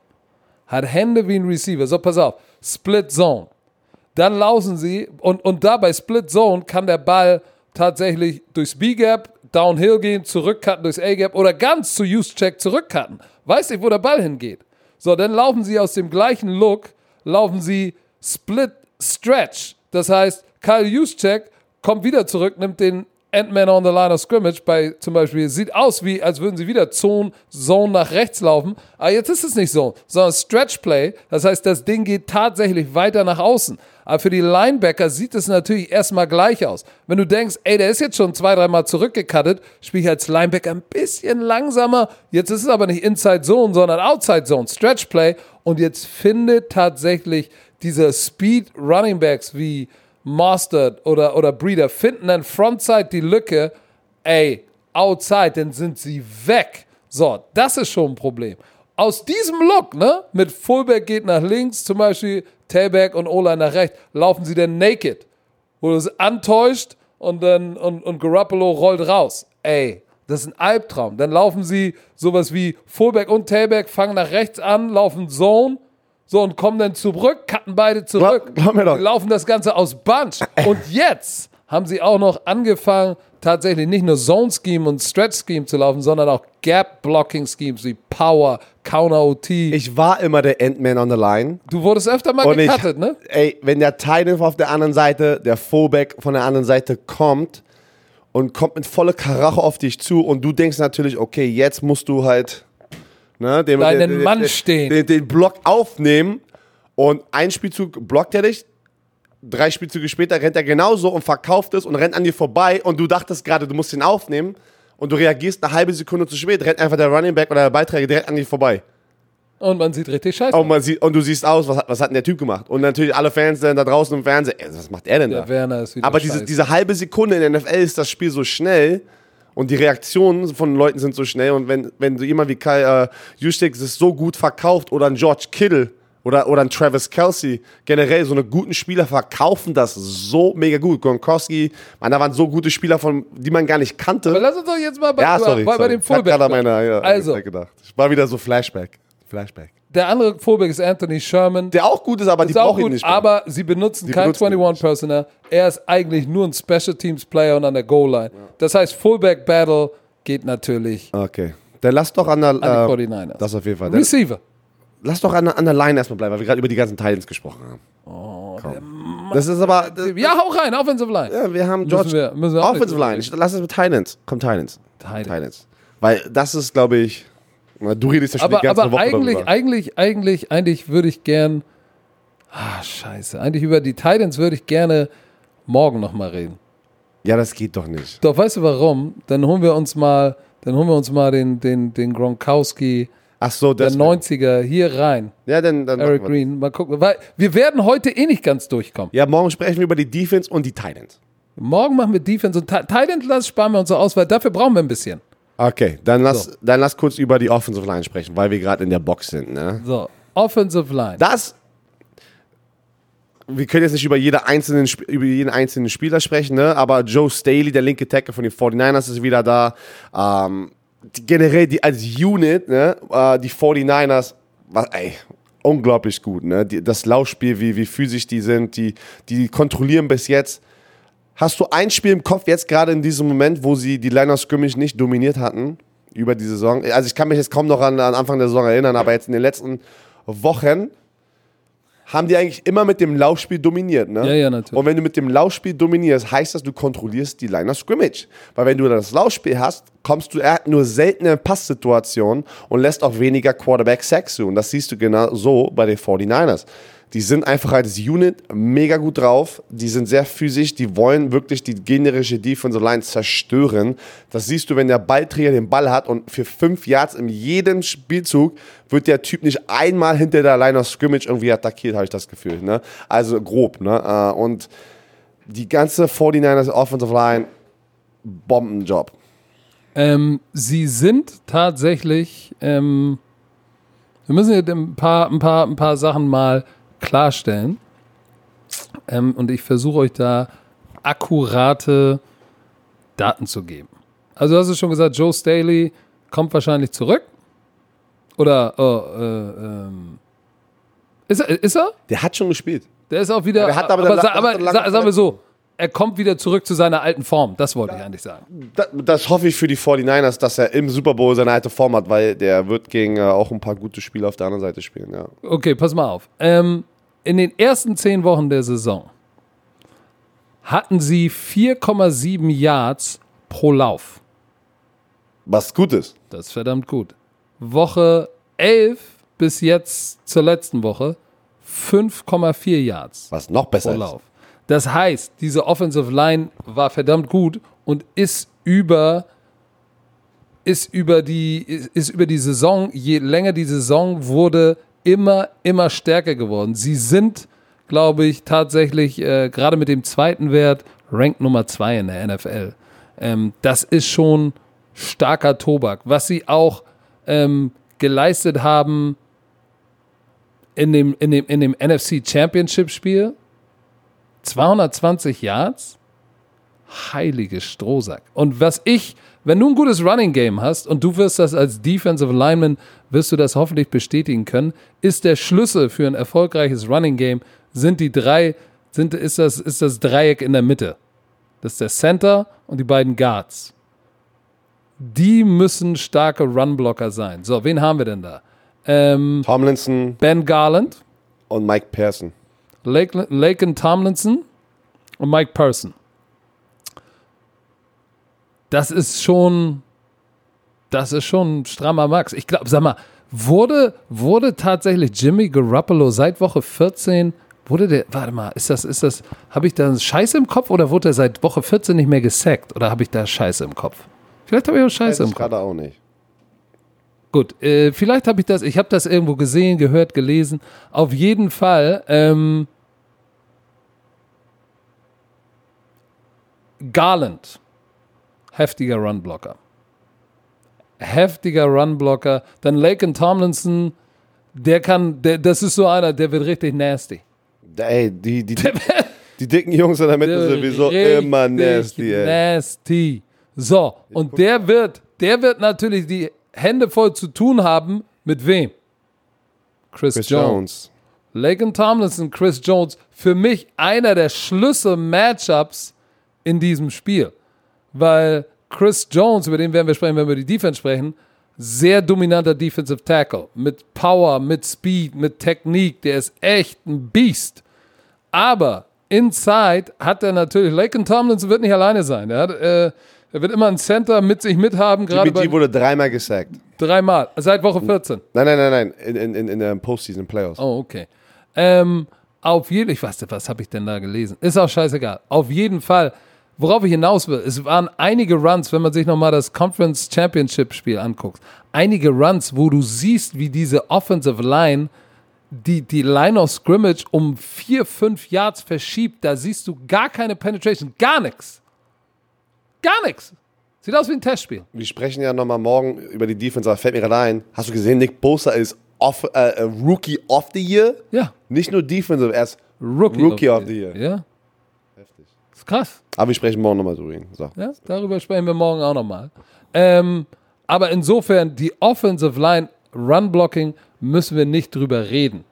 So, pass auf. Split Zone. Dann laufen sie und da bei Split Zone kann der Ball tatsächlich durchs B-Gap, Downhill gehen, zurückcutten durchs A-Gap oder ganz zu Juszczyk zurückcutten. Weiß nicht, wo der Ball hingeht. So, dann laufen sie aus dem gleichen Look, Split Stretch. Das heißt, Kyle Juszczyk kommt wieder zurück, nimmt den End-Man on the Line of Scrimmage bei zum Beispiel, sieht aus wie, als würden sie wieder Zone nach rechts laufen. Aber jetzt ist es nicht so, sondern Stretch Play. Das heißt, das Ding geht tatsächlich weiter nach außen. Aber für die Linebacker sieht es natürlich erstmal gleich aus. Wenn du denkst, ey, der ist jetzt schon 2-3 Mal zurückgecuttet, spiele ich als Linebacker ein bisschen langsamer. Jetzt ist es aber nicht Inside Zone, sondern Outside Zone, Stretch Play. Und jetzt findet tatsächlich diese Speed Running Backs wie Mostert oder Breeder finden dann Frontside die Lücke, ey, Outside, dann sind sie weg. So, das ist schon ein Problem. Aus diesem Look, ne, mit Fullback geht nach links, zum Beispiel Tailback und O-Line nach rechts, laufen sie dann naked, wo du es antäuscht und Garoppolo rollt raus. Ey, das ist ein Albtraum. Dann laufen sie sowas wie Fullback und Tailback, fangen nach rechts an, laufen Zone, so, und kommen dann zurück, cutten beide zurück, glaub mir doch. laufen das Ganze aus Bunch. Und jetzt haben sie auch noch angefangen tatsächlich nicht nur Zone-Scheme und Stretch-Scheme zu laufen, sondern auch Gap-Blocking-Schemes wie Power, Counter-OT. Ich war immer der Endman on the line. Du wurdest öfter mal gecuttet, ne? Ey, wenn der Tight End auf der anderen Seite, der Fullback von der anderen Seite kommt und kommt mit voller Karache auf dich zu und du denkst natürlich, okay, jetzt musst du halt deinen Mann stehen. Den Block aufnehmen und ein Spielzug blockt er dich, 3 Spielzüge später rennt er genauso und verkauft es und rennt an dir vorbei und du dachtest gerade, du musst ihn aufnehmen und du reagierst eine halbe Sekunde zu spät, rennt einfach der Running Back oder der Beiträger direkt an dir vorbei. Und man sieht richtig scheiße aus. Und du siehst aus, was hat denn der Typ gemacht? Und natürlich alle Fans da draußen im Fernsehen, was macht er denn da? Der Werner ist wieder Aber scheiße. diese halbe Sekunde in der NFL ist das Spiel so schnell und die Reaktionen von Leuten sind so schnell und wenn so jemand wie Kyle Juszczyk es so gut verkauft oder ein George Kittle oder ein Travis Kelce, generell so eine guten Spieler verkaufen das so mega gut. Gronkowski, da waren so gute Spieler, die man gar nicht kannte. Aber lass uns doch jetzt mal bei dem Ich hab Fullback. also, gedacht. Ich war wieder so Flashback. Der andere Fullback ist Anthony Sherman. Der auch gut ist, aber die brauchen ihn nicht mehr. Aber sie benutzen keinen 21-Personer. Er ist eigentlich nur ein Special Teams Player und an der Goal-Line. Das heißt, Fullback Battle geht natürlich Okay. Dann lass doch an der... an die 49ers. Das auf jeden Fall. Receiver. Lass doch an der Line erstmal bleiben, weil wir gerade über die ganzen Titans gesprochen haben. Das ist aber... Ja, hau rein, Offensive Line. Ja, wir haben George... Müssen wir auch Offensive Line. Lass es mit Titans. Komm, Titans. Weil das ist, glaube ich... Du redest ja schon die ganze Woche darüber. Eigentlich würde ich gern... scheiße. Eigentlich über die Titans würde ich gerne morgen nochmal reden. Ja, das geht doch nicht. Doch, weißt du warum? Dann holen wir uns mal den Gronkowski... Ach so, der 90er hier rein. Ja, dann Eric Green, mal gucken. Weil wir werden heute eh nicht ganz durchkommen. Ja, morgen sprechen wir über die Defense und die Titans. Morgen machen wir Defense und Titans sparen wir uns so aus, weil dafür brauchen wir ein bisschen. Okay, dann lass kurz über die Offensive Line sprechen, weil wir gerade in der Box sind. Ne? So, Offensive Line. Wir können jetzt nicht über jeden einzelnen Spieler sprechen, ne? Aber Joe Staley, der linke Tackle von den 49ers, ist wieder da. Generell als Unit, ne? Die 49ers, unglaublich gut. Ne? Das Laufspiel, wie physisch die sind, die kontrollieren bis jetzt. Hast du ein Spiel im Kopf jetzt gerade in diesem Moment, wo sie die Line of Scrimmage nicht dominiert hatten über die Saison? Also ich kann mich jetzt kaum noch an Anfang der Saison erinnern, aber jetzt in den letzten Wochen haben die eigentlich immer mit dem Laufspiel dominiert. Ne? Ja, natürlich. Und wenn du mit dem Laufspiel dominierst, heißt das, du kontrollierst die Line of Scrimmage. Weil wenn du das Laufspiel hast, kommst du nur seltene Passsituationen und lässt auch weniger Quarterback-Sacks zu. Und das siehst du genau so bei den 49ers. Die sind einfach als Unit mega gut drauf. Die sind sehr physisch. Die wollen wirklich die generische Defensive Line zerstören. Das siehst du, wenn der Ballträger den Ball hat und für 5 Yards in jedem Spielzug wird der Typ nicht einmal hinter der Line of Scrimmage irgendwie attackiert, habe ich das Gefühl. Ne? Also grob. Ne? Und die ganze 49ers Offensive Line, Bombenjob. Sie sind tatsächlich, wir müssen hier ein paar Sachen mal klarstellen. Und ich versuche euch da akkurate Daten zu geben. Also du hast es schon gesagt, Joe Staley kommt wahrscheinlich zurück. Oder ist er? Der hat schon gespielt. Der ist auch wieder. Aber sagen wir so, er kommt wieder zurück zu seiner alten Form. Das wollte ich eigentlich sagen. Das hoffe ich für die 49ers, dass er im Super Bowl seine alte Form hat, weil der wird gegen auch ein paar gute Spieler auf der anderen Seite spielen. Ja. Okay, pass mal auf. In den ersten 10 Wochen der Saison hatten sie 4,7 Yards pro Lauf. Was gut ist. Das ist verdammt gut. Woche 11 bis jetzt zur letzten Woche 5,4 Yards. Was noch besser pro Lauf. Das heißt, diese Offensive Line war verdammt gut und ist über die Saison, je länger die Saison wurde, immer stärker geworden. Sie sind, glaube ich, tatsächlich gerade mit dem zweiten Wert Rank Nummer 2 in der NFL. Das ist schon starker Tobak. Was sie auch geleistet haben in dem NFC Championship Spiel, 220 Yards, heilige Strohsack. Und wenn du ein gutes Running Game hast und du wirst das als Defensive Lineman, wirst du das hoffentlich bestätigen können, ist der Schlüssel für ein erfolgreiches Running Game, ist das Dreieck in der Mitte. Das ist der Center und die beiden Guards. Die müssen starke Runblocker sein. So, wen haben wir denn da? Tomlinson Ben Garland, und Mike Pearson. Laken Tomlinson und Mike Person. Das ist schon strammer Max. Ich glaube, sag mal, wurde tatsächlich Jimmy Garoppolo seit Woche 14, habe ich da Scheiße im Kopf oder wurde er seit Woche 14 nicht mehr gesackt oder habe ich da Scheiße im Kopf? Vielleicht habe ich auch Scheiße im Kopf. Gerade auch nicht. Gut, vielleicht habe ich habe das irgendwo gesehen, gehört, gelesen. Auf jeden Fall, Garland, heftiger Runblocker. Dann Laken Tomlinson, das ist so einer, der wird richtig nasty. Ey, die dicken Jungs in der Mitte sind sowieso immer nasty, ey. Nasty. So, und der wird natürlich die Hände voll zu tun haben, mit wem? Chris Jones. Laken Tomlinson, Chris Jones, für mich einer der Schlüssel-Matchups in diesem Spiel. Weil Chris Jones, über den werden wir sprechen, wenn wir über die Defense sprechen, sehr dominanter Defensive Tackle. Mit Power, mit Speed, mit Technik. Der ist echt ein Biest. Aber inside hat er natürlich, Laken Tomlinson wird nicht alleine sein. Er wird immer einen Center mit sich mithaben. GBG wurde 3-mal gesackt. 3-mal, seit Woche 14. Nein. In der Postseason Playoffs. Oh, okay. Auf jeden Fall, ich weiß nicht, was habe ich denn da gelesen? Ist auch scheißegal. Auf jeden Fall, worauf ich hinaus will, es waren einige Runs, wenn man sich nochmal das Conference Championship Spiel anguckt, einige Runs, wo du siehst, wie diese Offensive Line die Line of Scrimmage um 4-5 Yards verschiebt. Da siehst du gar keine Penetration, gar nichts. Gar nichts. Sieht aus wie ein Testspiel. Wir sprechen ja nochmal morgen über die Defense, aber fällt mir gerade ein, hast du gesehen, Nick Bosa ist Rookie of the Year? Ja. Nicht nur Defensive, er ist Rookie of the Year. Ja. Heftig. Das ist krass. Aber wir sprechen morgen nochmal drüber. So. Ja, darüber sprechen wir morgen auch nochmal. Aber insofern, die Offensive Line, Run-Blocking, müssen wir nicht drüber reden.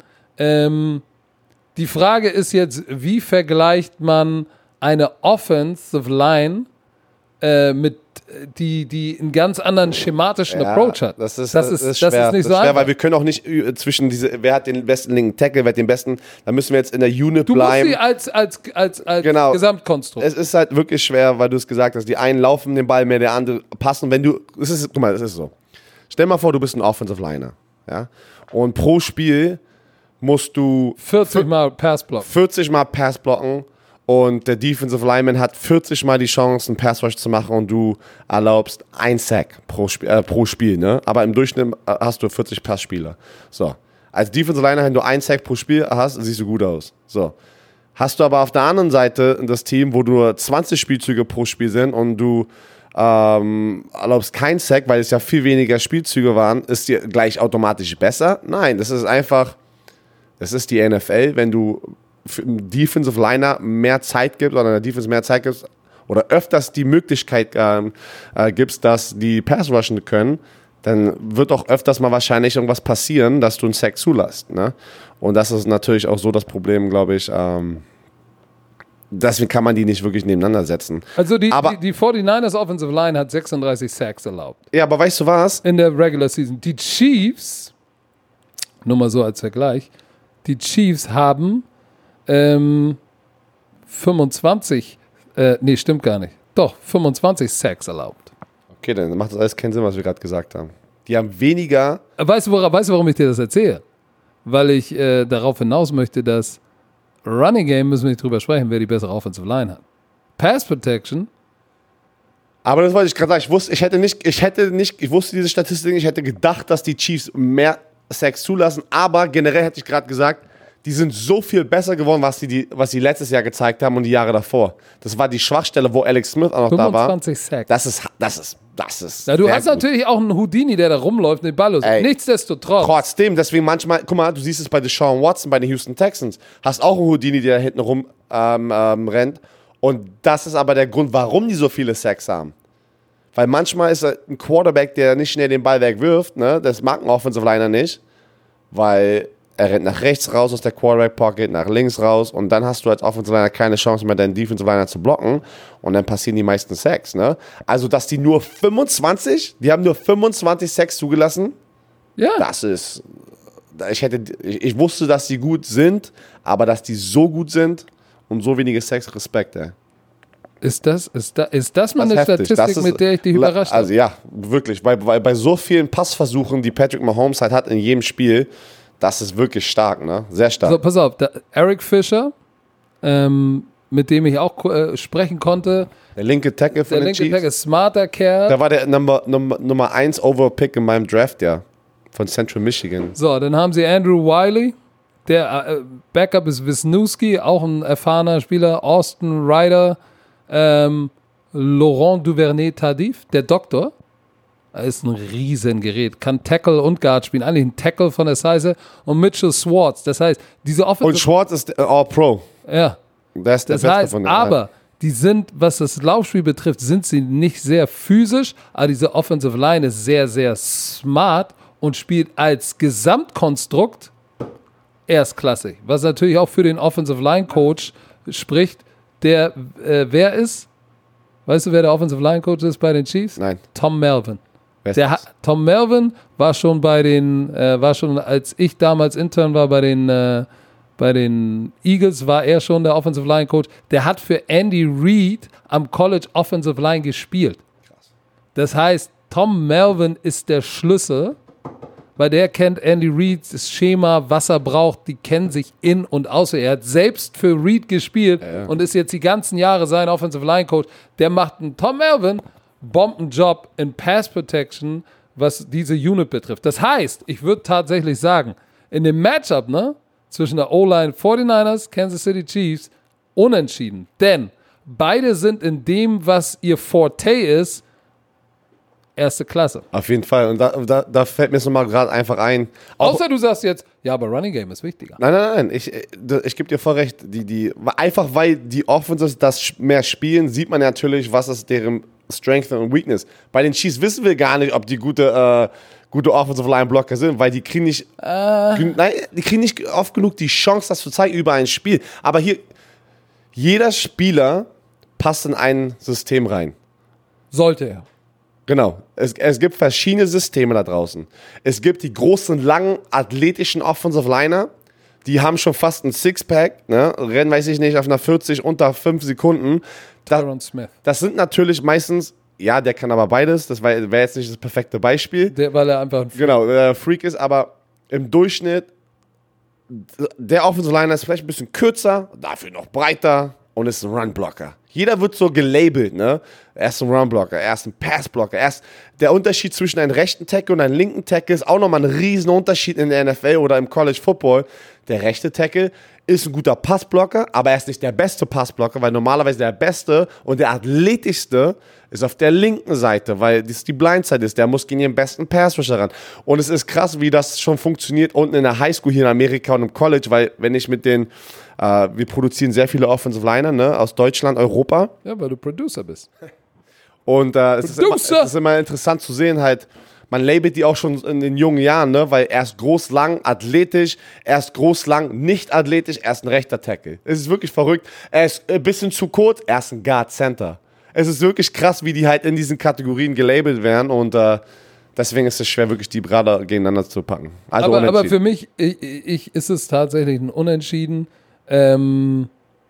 Die Frage ist jetzt, wie vergleicht man eine Offensive Line mit die einen ganz anderen schematischen Approach hat. Das ist schwer. Nicht das so ist nicht so einfach. Weil wir können auch nicht zwischen wer hat den besten linken Tackle, wer hat den besten, da müssen wir jetzt in der Unit du bleiben. Du musst sie als genau. Gesamtkonstrukt. Es ist halt wirklich schwer, weil du es gesagt hast, die einen laufen den Ball mehr, der andere passen. Guck mal, es ist so. Stell mal vor, du bist ein Offensive Liner, ja? Und pro Spiel musst du 40 Mal Pass blocken. Und der Defensive Lineman hat 40 Mal die Chance, einen Pass Rush zu machen und du erlaubst ein Sack pro Spiel, ne? Aber im Durchschnitt hast du 40 Passspieler. So. Als Defensive Lineman, wenn du ein Sack pro Spiel hast, siehst du gut aus. So. Hast du aber auf der anderen Seite das Team, wo nur 20 Spielzüge pro Spiel sind und du erlaubst keinen Sack, weil es ja viel weniger Spielzüge waren, ist dir gleich automatisch besser? Nein, das ist die NFL, wenn du einem Defensive Liner mehr Zeit gibt oder einer Defense mehr Zeit gibt oder öfters die Möglichkeit gibst, dass die Pass rushen können, dann wird auch öfters mal wahrscheinlich irgendwas passieren, dass du einen Sack zulässt. Ne? Und das ist natürlich auch so das Problem, glaube ich. Deswegen kann man die nicht wirklich nebeneinander setzen. Also die 49ers Offensive Line hat 36 Sacks erlaubt. Ja, aber weißt du was? In der Regular Season. Die Chiefs, nur mal so als Vergleich, die Chiefs haben 25, stimmt gar nicht. Doch, 25 Sacks erlaubt. Okay, dann macht das alles keinen Sinn, was wir gerade gesagt haben. Die haben weniger... Weißt du, warum ich dir das erzähle? Weil ich darauf hinaus möchte, dass Running Game, müssen wir nicht drüber sprechen, wer die bessere Offensive Line hat. Pass Protection. Aber das wollte ich gerade sagen. Ich wusste diese Statistik nicht. Ich hätte gedacht, dass die Chiefs mehr Sacks zulassen. Aber generell hätte ich gerade gesagt, die sind so viel besser geworden, was sie letztes Jahr gezeigt haben und die Jahre davor. Das war die Schwachstelle, wo Alex Smith auch noch da war. 25 Sacks. Das ist. Ja, du hast natürlich auch einen Houdini, der da rumläuft und den Ball los. Nichtsdestotrotz. Trotzdem, deswegen manchmal, guck mal, du siehst es bei Deshaun Watson, bei den Houston Texans. Hast auch einen Houdini, der da hinten rum rennt. Und das ist aber der Grund, warum die so viele Sacks haben. Weil manchmal ist ein Quarterback, der nicht schnell den Ball wegwirft, ne? Das mag ein Offensive Liner nicht, weil er rennt nach rechts raus aus der Quarterback Pocket, nach links raus und dann hast du als Offensive Liner keine Chance mehr, deinen Defensive Liner zu blocken und dann passieren die meisten Sacks, ne? Also, dass die haben nur 25 Sacks zugelassen, Ja. das ist, ich wusste, dass die gut sind, aber dass die so gut sind und so wenige Sacks, Respekt, ey. Ist das mal Das eine ist heftig. Statistik, Das ist- mit der ich dich überrascht habe? Also ja, wirklich, weil bei so vielen Passversuchen, die Patrick Mahomes halt hat in jedem Spiel, das ist wirklich stark, ne? Sehr stark. So, pass auf, Eric Fisher, mit dem ich auch sprechen konnte, Der linke Tackle von der den linke Chiefs. Tackle, smarter Kerl. Da war der Nummer 1 Overall-Pick in meinem Draft, ja. Von Central Michigan. So, dann haben sie Andrew Wiley, der Backup ist Wisniewski, auch ein erfahrener Spieler, Austin Ryder, Laurent Duvernay-Tardif, der Doktor, ist ein Riesengerät, kann Tackle und Guard spielen, eigentlich ein Tackle von der Size und Mitchell Schwartz, das heißt, diese Und Offensive, Schwartz ist All-Pro. ja, Der ist der das Beste heißt, von denen. aber die sind, was das Laufspiel betrifft, sind sie nicht sehr physisch, aber diese Offensive Line ist sehr, sehr smart und spielt als Gesamtkonstrukt erstklassig. Was natürlich auch für den Offensive Line Coach spricht, der, wer ist? Weißt du, wer der Offensive Line Coach ist bei den Chiefs? Nein. Tom Melvin. Wer ist das? Tom Melvin war schon als ich damals Intern war bei den Eagles, war er schon der Offensive Line Coach. Der hat für Andy Reid am College Offensive Line gespielt. Das heißt, Tom Melvin ist der Schlüssel, weil der kennt Andy Reids Schema, was er braucht, die kennen sich in- und auswendig. Er hat selbst für Reid gespielt und ist jetzt die ganzen Jahre sein Offensive Line Coach. Der macht einen Tom Melvin Bombenjob in Pass Protection, was diese Unit betrifft. Das heißt, ich würde tatsächlich sagen, in dem Matchup, ne, zwischen der O-Line 49ers, Kansas City Chiefs, unentschieden. Denn beide sind in dem, was ihr Forte ist, erste Klasse. Auf jeden Fall. Und da fällt mir jetzt nochmal gerade einfach ein. Außer du sagst jetzt, ja, aber Running Game ist wichtiger. Nein. Ich gebe dir voll recht. Einfach weil die Offenses das mehr spielen, sieht man natürlich, was ist deren Strength und Weakness. Bei den Chiefs wissen wir gar nicht, ob die gute Offensive Line Blocker sind, weil die kriegen nicht, die kriegen nicht oft genug die Chance, das zu zeigen über ein Spiel. Aber hier, jeder Spieler passt in ein System rein. Sollte er. Genau. Es gibt verschiedene Systeme da draußen. Es gibt die großen, langen, athletischen Offensive Liner, die haben schon fast ein Sixpack, ne? Rennen, weiß ich nicht, auf einer 40 unter 5 Sekunden. Tyron Smith. Das sind natürlich meistens, ja, der kann aber beides, das wäre jetzt nicht das perfekte Beispiel. Weil er einfach ein Genau, Freak ist, aber im Durchschnitt, der Offensive Liner ist vielleicht ein bisschen kürzer, dafür noch breiter und ist ein Run-Blocker. Jeder wird so gelabelt, ne? Er ist ein Run-Blocker, er ist ein Pass-Blocker. Der Unterschied zwischen einem rechten Tackle und einem linken Tackle ist auch nochmal ein riesen Unterschied in der NFL oder im College Football. Der rechte Tackle ist ein guter Passblocker, aber er ist nicht der beste Passblocker, weil normalerweise der beste und der athletischste ist auf der linken Seite, weil das die Blindside ist. Der muss gegen den besten Passrusher ran. Und es ist krass, wie das schon funktioniert unten in der Highschool hier in Amerika und im College, weil wenn ich mit den wir produzieren sehr viele Offensive Liner, ne, aus Deutschland, Europa. Ja, weil du Producer bist. Und es ist immer interessant zu sehen, halt, man labelt die auch schon in den jungen Jahren, ne, weil er ist groß, lang, athletisch, er ist groß, lang, nicht athletisch, er ist ein rechter Tackle. Es ist wirklich verrückt. Er ist ein bisschen zu kurz, er ist ein Guard Center. Es ist wirklich krass, wie die halt in diesen Kategorien gelabelt werden und deswegen ist es schwer, wirklich die gerade gegeneinander zu packen. Also aber für mich ist es tatsächlich ein Unentschieden. Komm,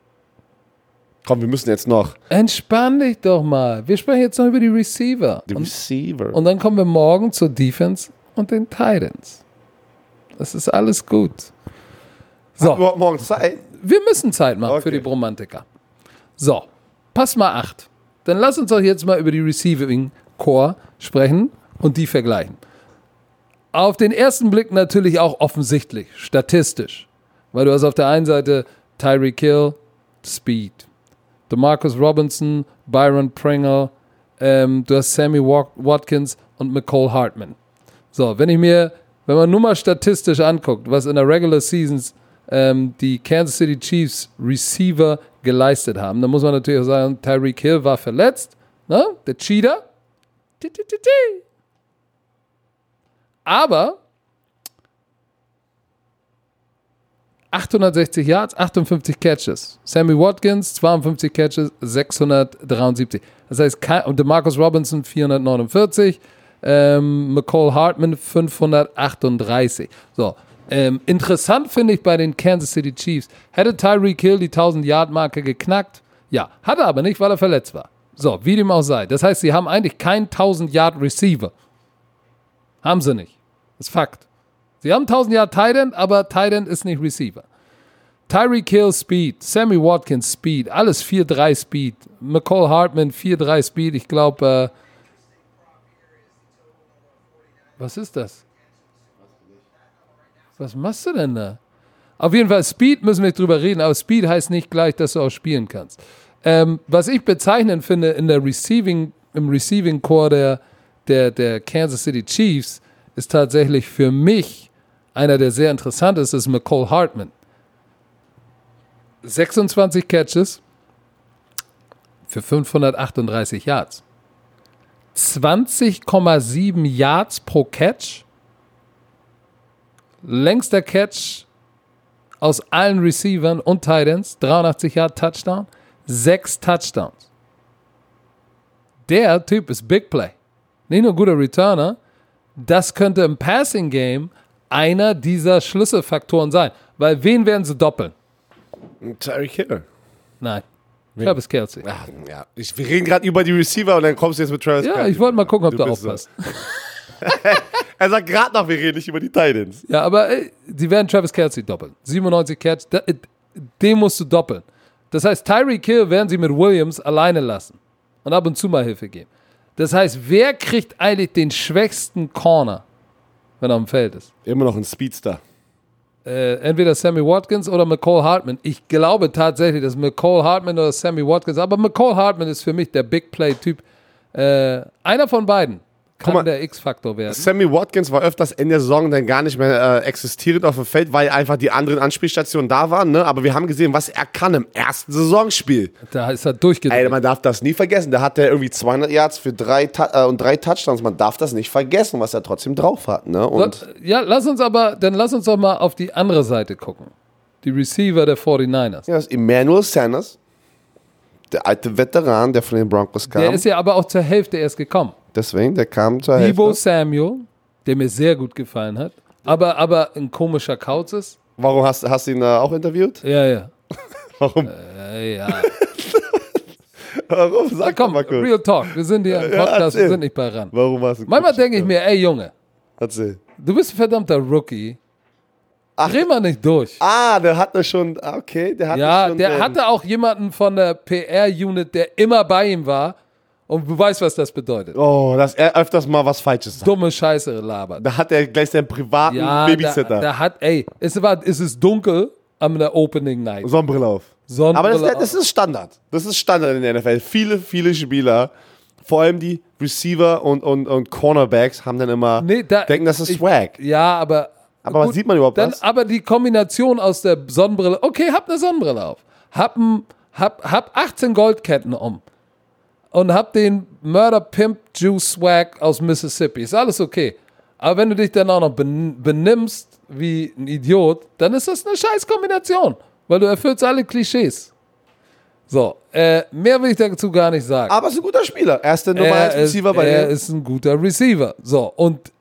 wir müssen jetzt noch. Entspann dich doch mal. Wir sprechen jetzt noch über die Receiver. Die Receiver. Und dann kommen wir morgen zur Defense und den Titans. Das ist alles gut. So, Überhaupt morgen Zeit? wir müssen Zeit machen Okay. für die Bromantiker. So, pass mal 8. Dann lass uns doch jetzt mal über die Receiving Core sprechen und die vergleichen. Auf den ersten Blick natürlich auch offensichtlich, statistisch. Weil du hast auf der einen Seite Tyreek Hill, Speed. DeMarcus Robinson, Byron Pringle, du hast Sammy Watkins und McCole Hartman. So, wenn man nur mal statistisch anguckt, was in der Regular Seasons die Kansas City Chiefs Receiver geleistet haben, dann muss man natürlich auch sagen, Tyreek Hill war verletzt, ne? Der Cheater. Aber 860 Yards, 58 Catches. Sammy Watkins, 52 Catches, 673. Das heißt, und DeMarcus Robinson 449, McCall Hartman 538. So, interessant finde ich bei den Kansas City Chiefs, hätte Tyreek Hill die 1000-Yard-Marke geknackt? Ja, hat er aber nicht, weil er verletzt war. So, wie dem auch sei. Das heißt, sie haben eigentlich keinen 1000-Yard-Receiver. Haben sie nicht. Das ist Fakt. Sie haben 1000 Yard Tight End, aber Tight End ist nicht Receiver. Tyreek Hill Speed, Sammy Watkins Speed, alles 4-3 Speed. McCall Hartman 4-3 Speed, ich glaube, was ist das? Was machst du denn da? Auf jeden Fall, Speed müssen wir nicht drüber reden, aber Speed heißt nicht gleich, dass du auch spielen kannst. Was ich bezeichnend finde im Receiving Core der Kansas City Chiefs, ist tatsächlich für mich einer, der sehr interessant ist McCall Hartman. 26 Catches für 538 Yards. 20,7 Yards pro Catch. Längster Catch aus allen Receivern und Tight Ends. 83 Yard Touchdown. 6 Touchdowns. Der Typ ist Big Play. Nicht nur ein guter Returner. Das könnte im Passing Game einer dieser Schlüsselfaktoren sein. Weil wen werden sie doppeln? Tyreek Hill. Nein. Travis Kelce. Ach, ja. Wir reden gerade über die Receiver und dann kommst du jetzt mit Travis Kelce. Ja, ich wollte mal gucken, ob du bist aufpasst. Er sagt gerade noch, wir reden nicht über die Titans. Ja, aber die werden Travis Kelce doppeln. 97 Catch, den musst du doppeln. Das heißt, Tyreek Hill werden sie mit Williams alleine lassen und ab und zu mal Hilfe geben. Das heißt, wer kriegt eigentlich den schwächsten Corner, wenn er am Feld ist? Immer noch ein Speedster. Entweder Sammy Watkins oder McCall Hartman. Ich glaube tatsächlich, dass McCall Hartman oder Sammy Watkins, aber McCall Hartman ist für mich der Big Play-Typ. Einer von beiden kann der X-Faktor werden. Sammy Watkins war öfters in der Saison dann gar nicht mehr existierend auf dem Feld, weil einfach die anderen Anspielstationen da waren. Ne? Aber wir haben gesehen, was er kann im ersten Saisonspiel. Da ist er durchgedreht. Ey, man darf das nie vergessen. Da hat er irgendwie 200 Yards für 3 Touchdowns. Man darf das nicht vergessen, was er trotzdem drauf hat. Ne? Und ja, lass uns doch mal auf die andere Seite gucken. Die Receiver der 49ers. Ja, das ist Emmanuel Sanders, der alte Veteran, der von den Broncos kam. Der ist ja aber auch zur Hälfte erst gekommen. Deswegen, der kam zur Hälfte. Deebo Samuel, der mir sehr gut gefallen hat, aber ein komischer Kauz ist. Warum hast du ihn auch interviewt? Ja. Warum? Ja. Warum? Sag Komm, mal kurz. Real Talk. Wir sind hier im Podcast, wir sind nicht bei ran. Warum hast du Manchmal denke ich mir, ey Junge, erzähl. du bist ein verdammter Rookie. Dreh mal nicht durch. Der hatte schon, okay. Der hatte auch jemanden von der PR-Unit, der immer bei ihm war. Und du weißt, was das bedeutet. Oh, dass er öfters mal was Falsches sagt. Dumme Scheiße labert. Da hat er gleich seinen privaten Babysitter. Es ist dunkel am der Opening Night. Sonnenbrille auf. Aber das ist Standard. Das ist Standard in der NFL. Viele Spieler, vor allem die Receiver und Cornerbacks, haben dann immer denken, das ist Swag. Ja, aber gut, sieht man überhaupt was? Aber die Kombination aus der Sonnenbrille, okay, hab eine Sonnenbrille auf. Hab 18 Goldketten um. Und hab den Murder Pimp Juice Swag aus Mississippi. Ist alles okay. Aber wenn du dich dann auch noch benimmst wie ein Idiot, dann ist das eine scheiß Kombination. Weil du erfüllst alle Klischees. So, mehr will ich dazu gar nicht sagen. Aber er ist ein guter Spieler. Er ist der Nummer 1 Receiver bei dir. Er ist ein guter Receiver. So, und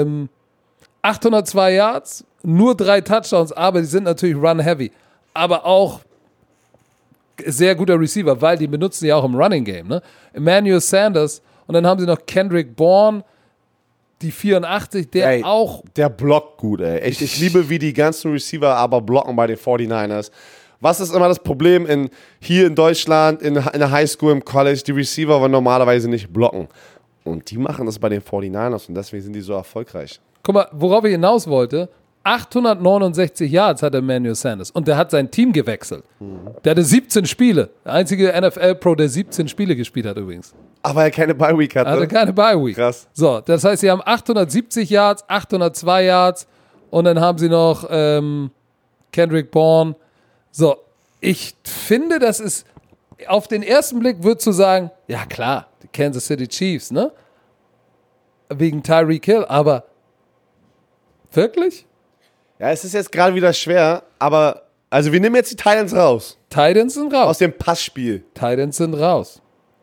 802 Yards, nur 3 Touchdowns, aber die sind natürlich run-heavy. Aber auch sehr guter Receiver, weil die benutzen ja auch im Running Game. Ne? Emmanuel Sanders und dann haben sie noch Kendrick Bourne, die 84, der blockt gut, ey. Echt, ich liebe, wie die ganzen Receiver aber blocken bei den 49ers. Was ist immer das Problem hier in Deutschland, in der Highschool, im College? Die Receiver wollen normalerweise nicht blocken. Und die machen das bei den 49ers und deswegen sind die so erfolgreich. Guck mal, worauf ich hinaus wollte, 869 Yards hat Emmanuel Sanders und der hat sein Team gewechselt. Der hatte 17 Spiele. Der einzige NFL-Pro, der 17 Spiele gespielt hat übrigens. Aber er keine Bye-Week hatte. Hatte keine Bye-Week. Krass. So, das heißt, sie haben 870 Yards, 802 Yards und dann haben sie noch Kendrick Bourne. So, ich finde, das ist, auf den ersten Blick würdest du sagen, ja klar, die Kansas City Chiefs, ne? Wegen Tyreek Hill, aber wirklich? Ja, es ist jetzt gerade wieder schwer, aber Also wir nehmen jetzt die Titans raus. Titans sind Aus raus. dem Passspiel. Titans sind raus.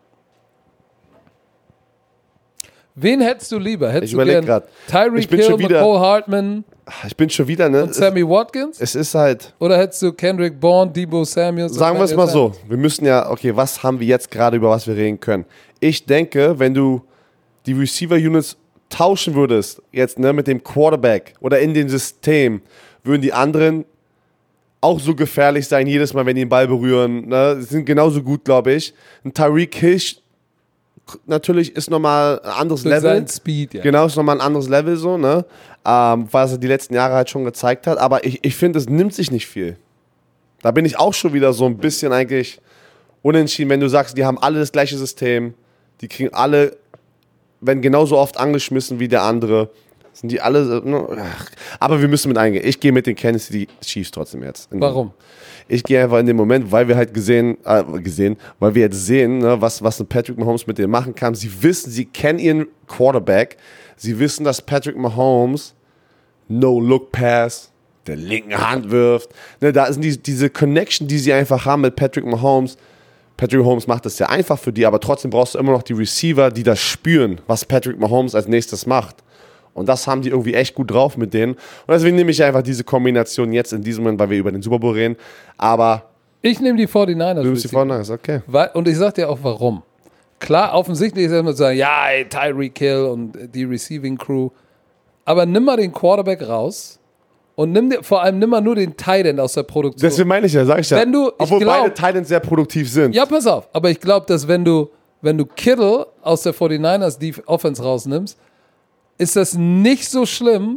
Wen hättest du lieber? Hättest Ich du überleg gern grad. Tyreek Ich bin Hill, schon wieder- McCole Hartman Ich bin schon wieder, ne? und Sammy Watkins? Es ist halt, Oder hättest du Kendrick Bourne, Debo Samuels? und sagen wir es Emmanuel mal so, wir müssen ja, okay, was haben wir jetzt gerade, über was wir reden können? Ich denke, wenn du die Receiver-Units tauschen würdest, jetzt ne, mit dem Quarterback oder in dem System, würden die anderen auch so gefährlich sein, jedes Mal, wenn die den Ball berühren. Ne? Sie sind genauso gut, glaube ich. Ein Tyreek Hill natürlich ist nochmal ein anderes Durch Level. seinen Speed, ja. Genau, ist nochmal ein anderes Level so, ne? Was er die letzten Jahre halt schon gezeigt hat. Aber ich finde, es nimmt sich nicht viel. Da bin ich auch schon wieder so ein bisschen eigentlich unentschieden, wenn du sagst, die haben alle das gleiche System, die kriegen alle, werden genauso oft angeschmissen wie der andere. Sind die alle, ach. Aber wir müssen mit eingehen. Ich gehe mit den Kansas City Chiefs trotzdem jetzt. Warum? Ich gehe einfach in den Moment, weil wir halt weil wir jetzt sehen, ne, was ein Patrick Mahomes mit denen machen kann. Sie wissen, sie kennen ihren Quarterback. Sie wissen, dass Patrick Mahomes No-Look-Pass der linken Hand wirft. Ne, da sind diese Connection, die sie einfach haben mit Patrick Mahomes. Patrick Mahomes macht das ja einfach für die, aber trotzdem brauchst du immer noch die Receiver, die das spüren, was Patrick Mahomes als nächstes macht. Und das haben die irgendwie echt gut drauf mit denen. Und deswegen nehme ich einfach diese Kombination jetzt in diesem Moment, weil wir über den Super Bowl reden. Aber Ich nehme die 49ers. du nimmst die vorne, ist okay. Und ich sag dir auch warum. Klar, offensichtlich ist erstmal zu sagen, ja, ey, Tyreek Hill und die Receiving Crew. Aber nimm mal den Quarterback raus und vor allem nimm mal nur den Tight End aus der Produktion. Deswegen meine ich ja, sag ich ja. Obwohl beide Titans sehr produktiv sind. Ja, pass auf. Aber ich glaube, dass wenn du Kittle aus der 49ers die Offense rausnimmst, ist das nicht so schlimm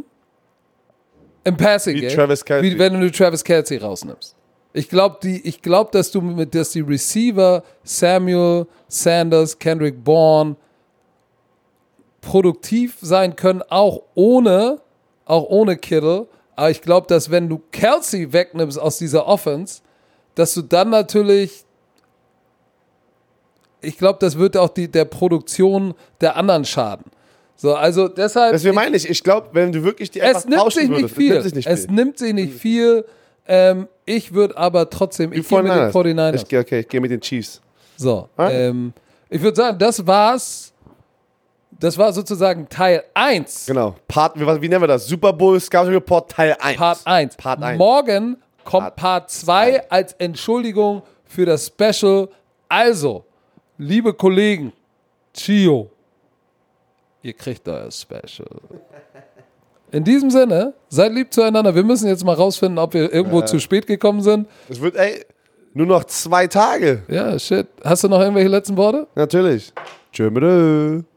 im Passing Wie Game, Travis Kelce. wie wenn du Travis Kelce rausnimmst. Ich glaube, dass die Receiver Samuel, Sanders, Kendrick Bourne produktiv sein können, auch ohne Kittle. Aber ich glaube, dass wenn du Kelce wegnimmst aus dieser Offense, dass du dann natürlich, ich glaube, das wird auch der Produktion der anderen schaden. So, also deshalb. Deswegen meine ich glaube, wenn du wirklich die einfach Es nimmt sich nicht viel. Es nimmt sich nicht viel. Ich würde aber trotzdem, ich gehe mit den 49ers. Ich gehe mit den Chiefs. So, ich würde sagen, das war sozusagen Teil 1. Genau. Wie nennen wir das? Super Bowl Scouting Report Teil 1. Part 1. Part 1. Morgen kommt Part 2 als Entschuldigung für das Special. Also, liebe Kollegen, Chio, ihr kriegt euer Special. In diesem Sinne, seid lieb zueinander. Wir müssen jetzt mal rausfinden, ob wir irgendwo zu spät gekommen sind. Es wird, nur noch 2 Tage. Ja, shit. Hast du noch irgendwelche letzten Worte? Natürlich. Tschö.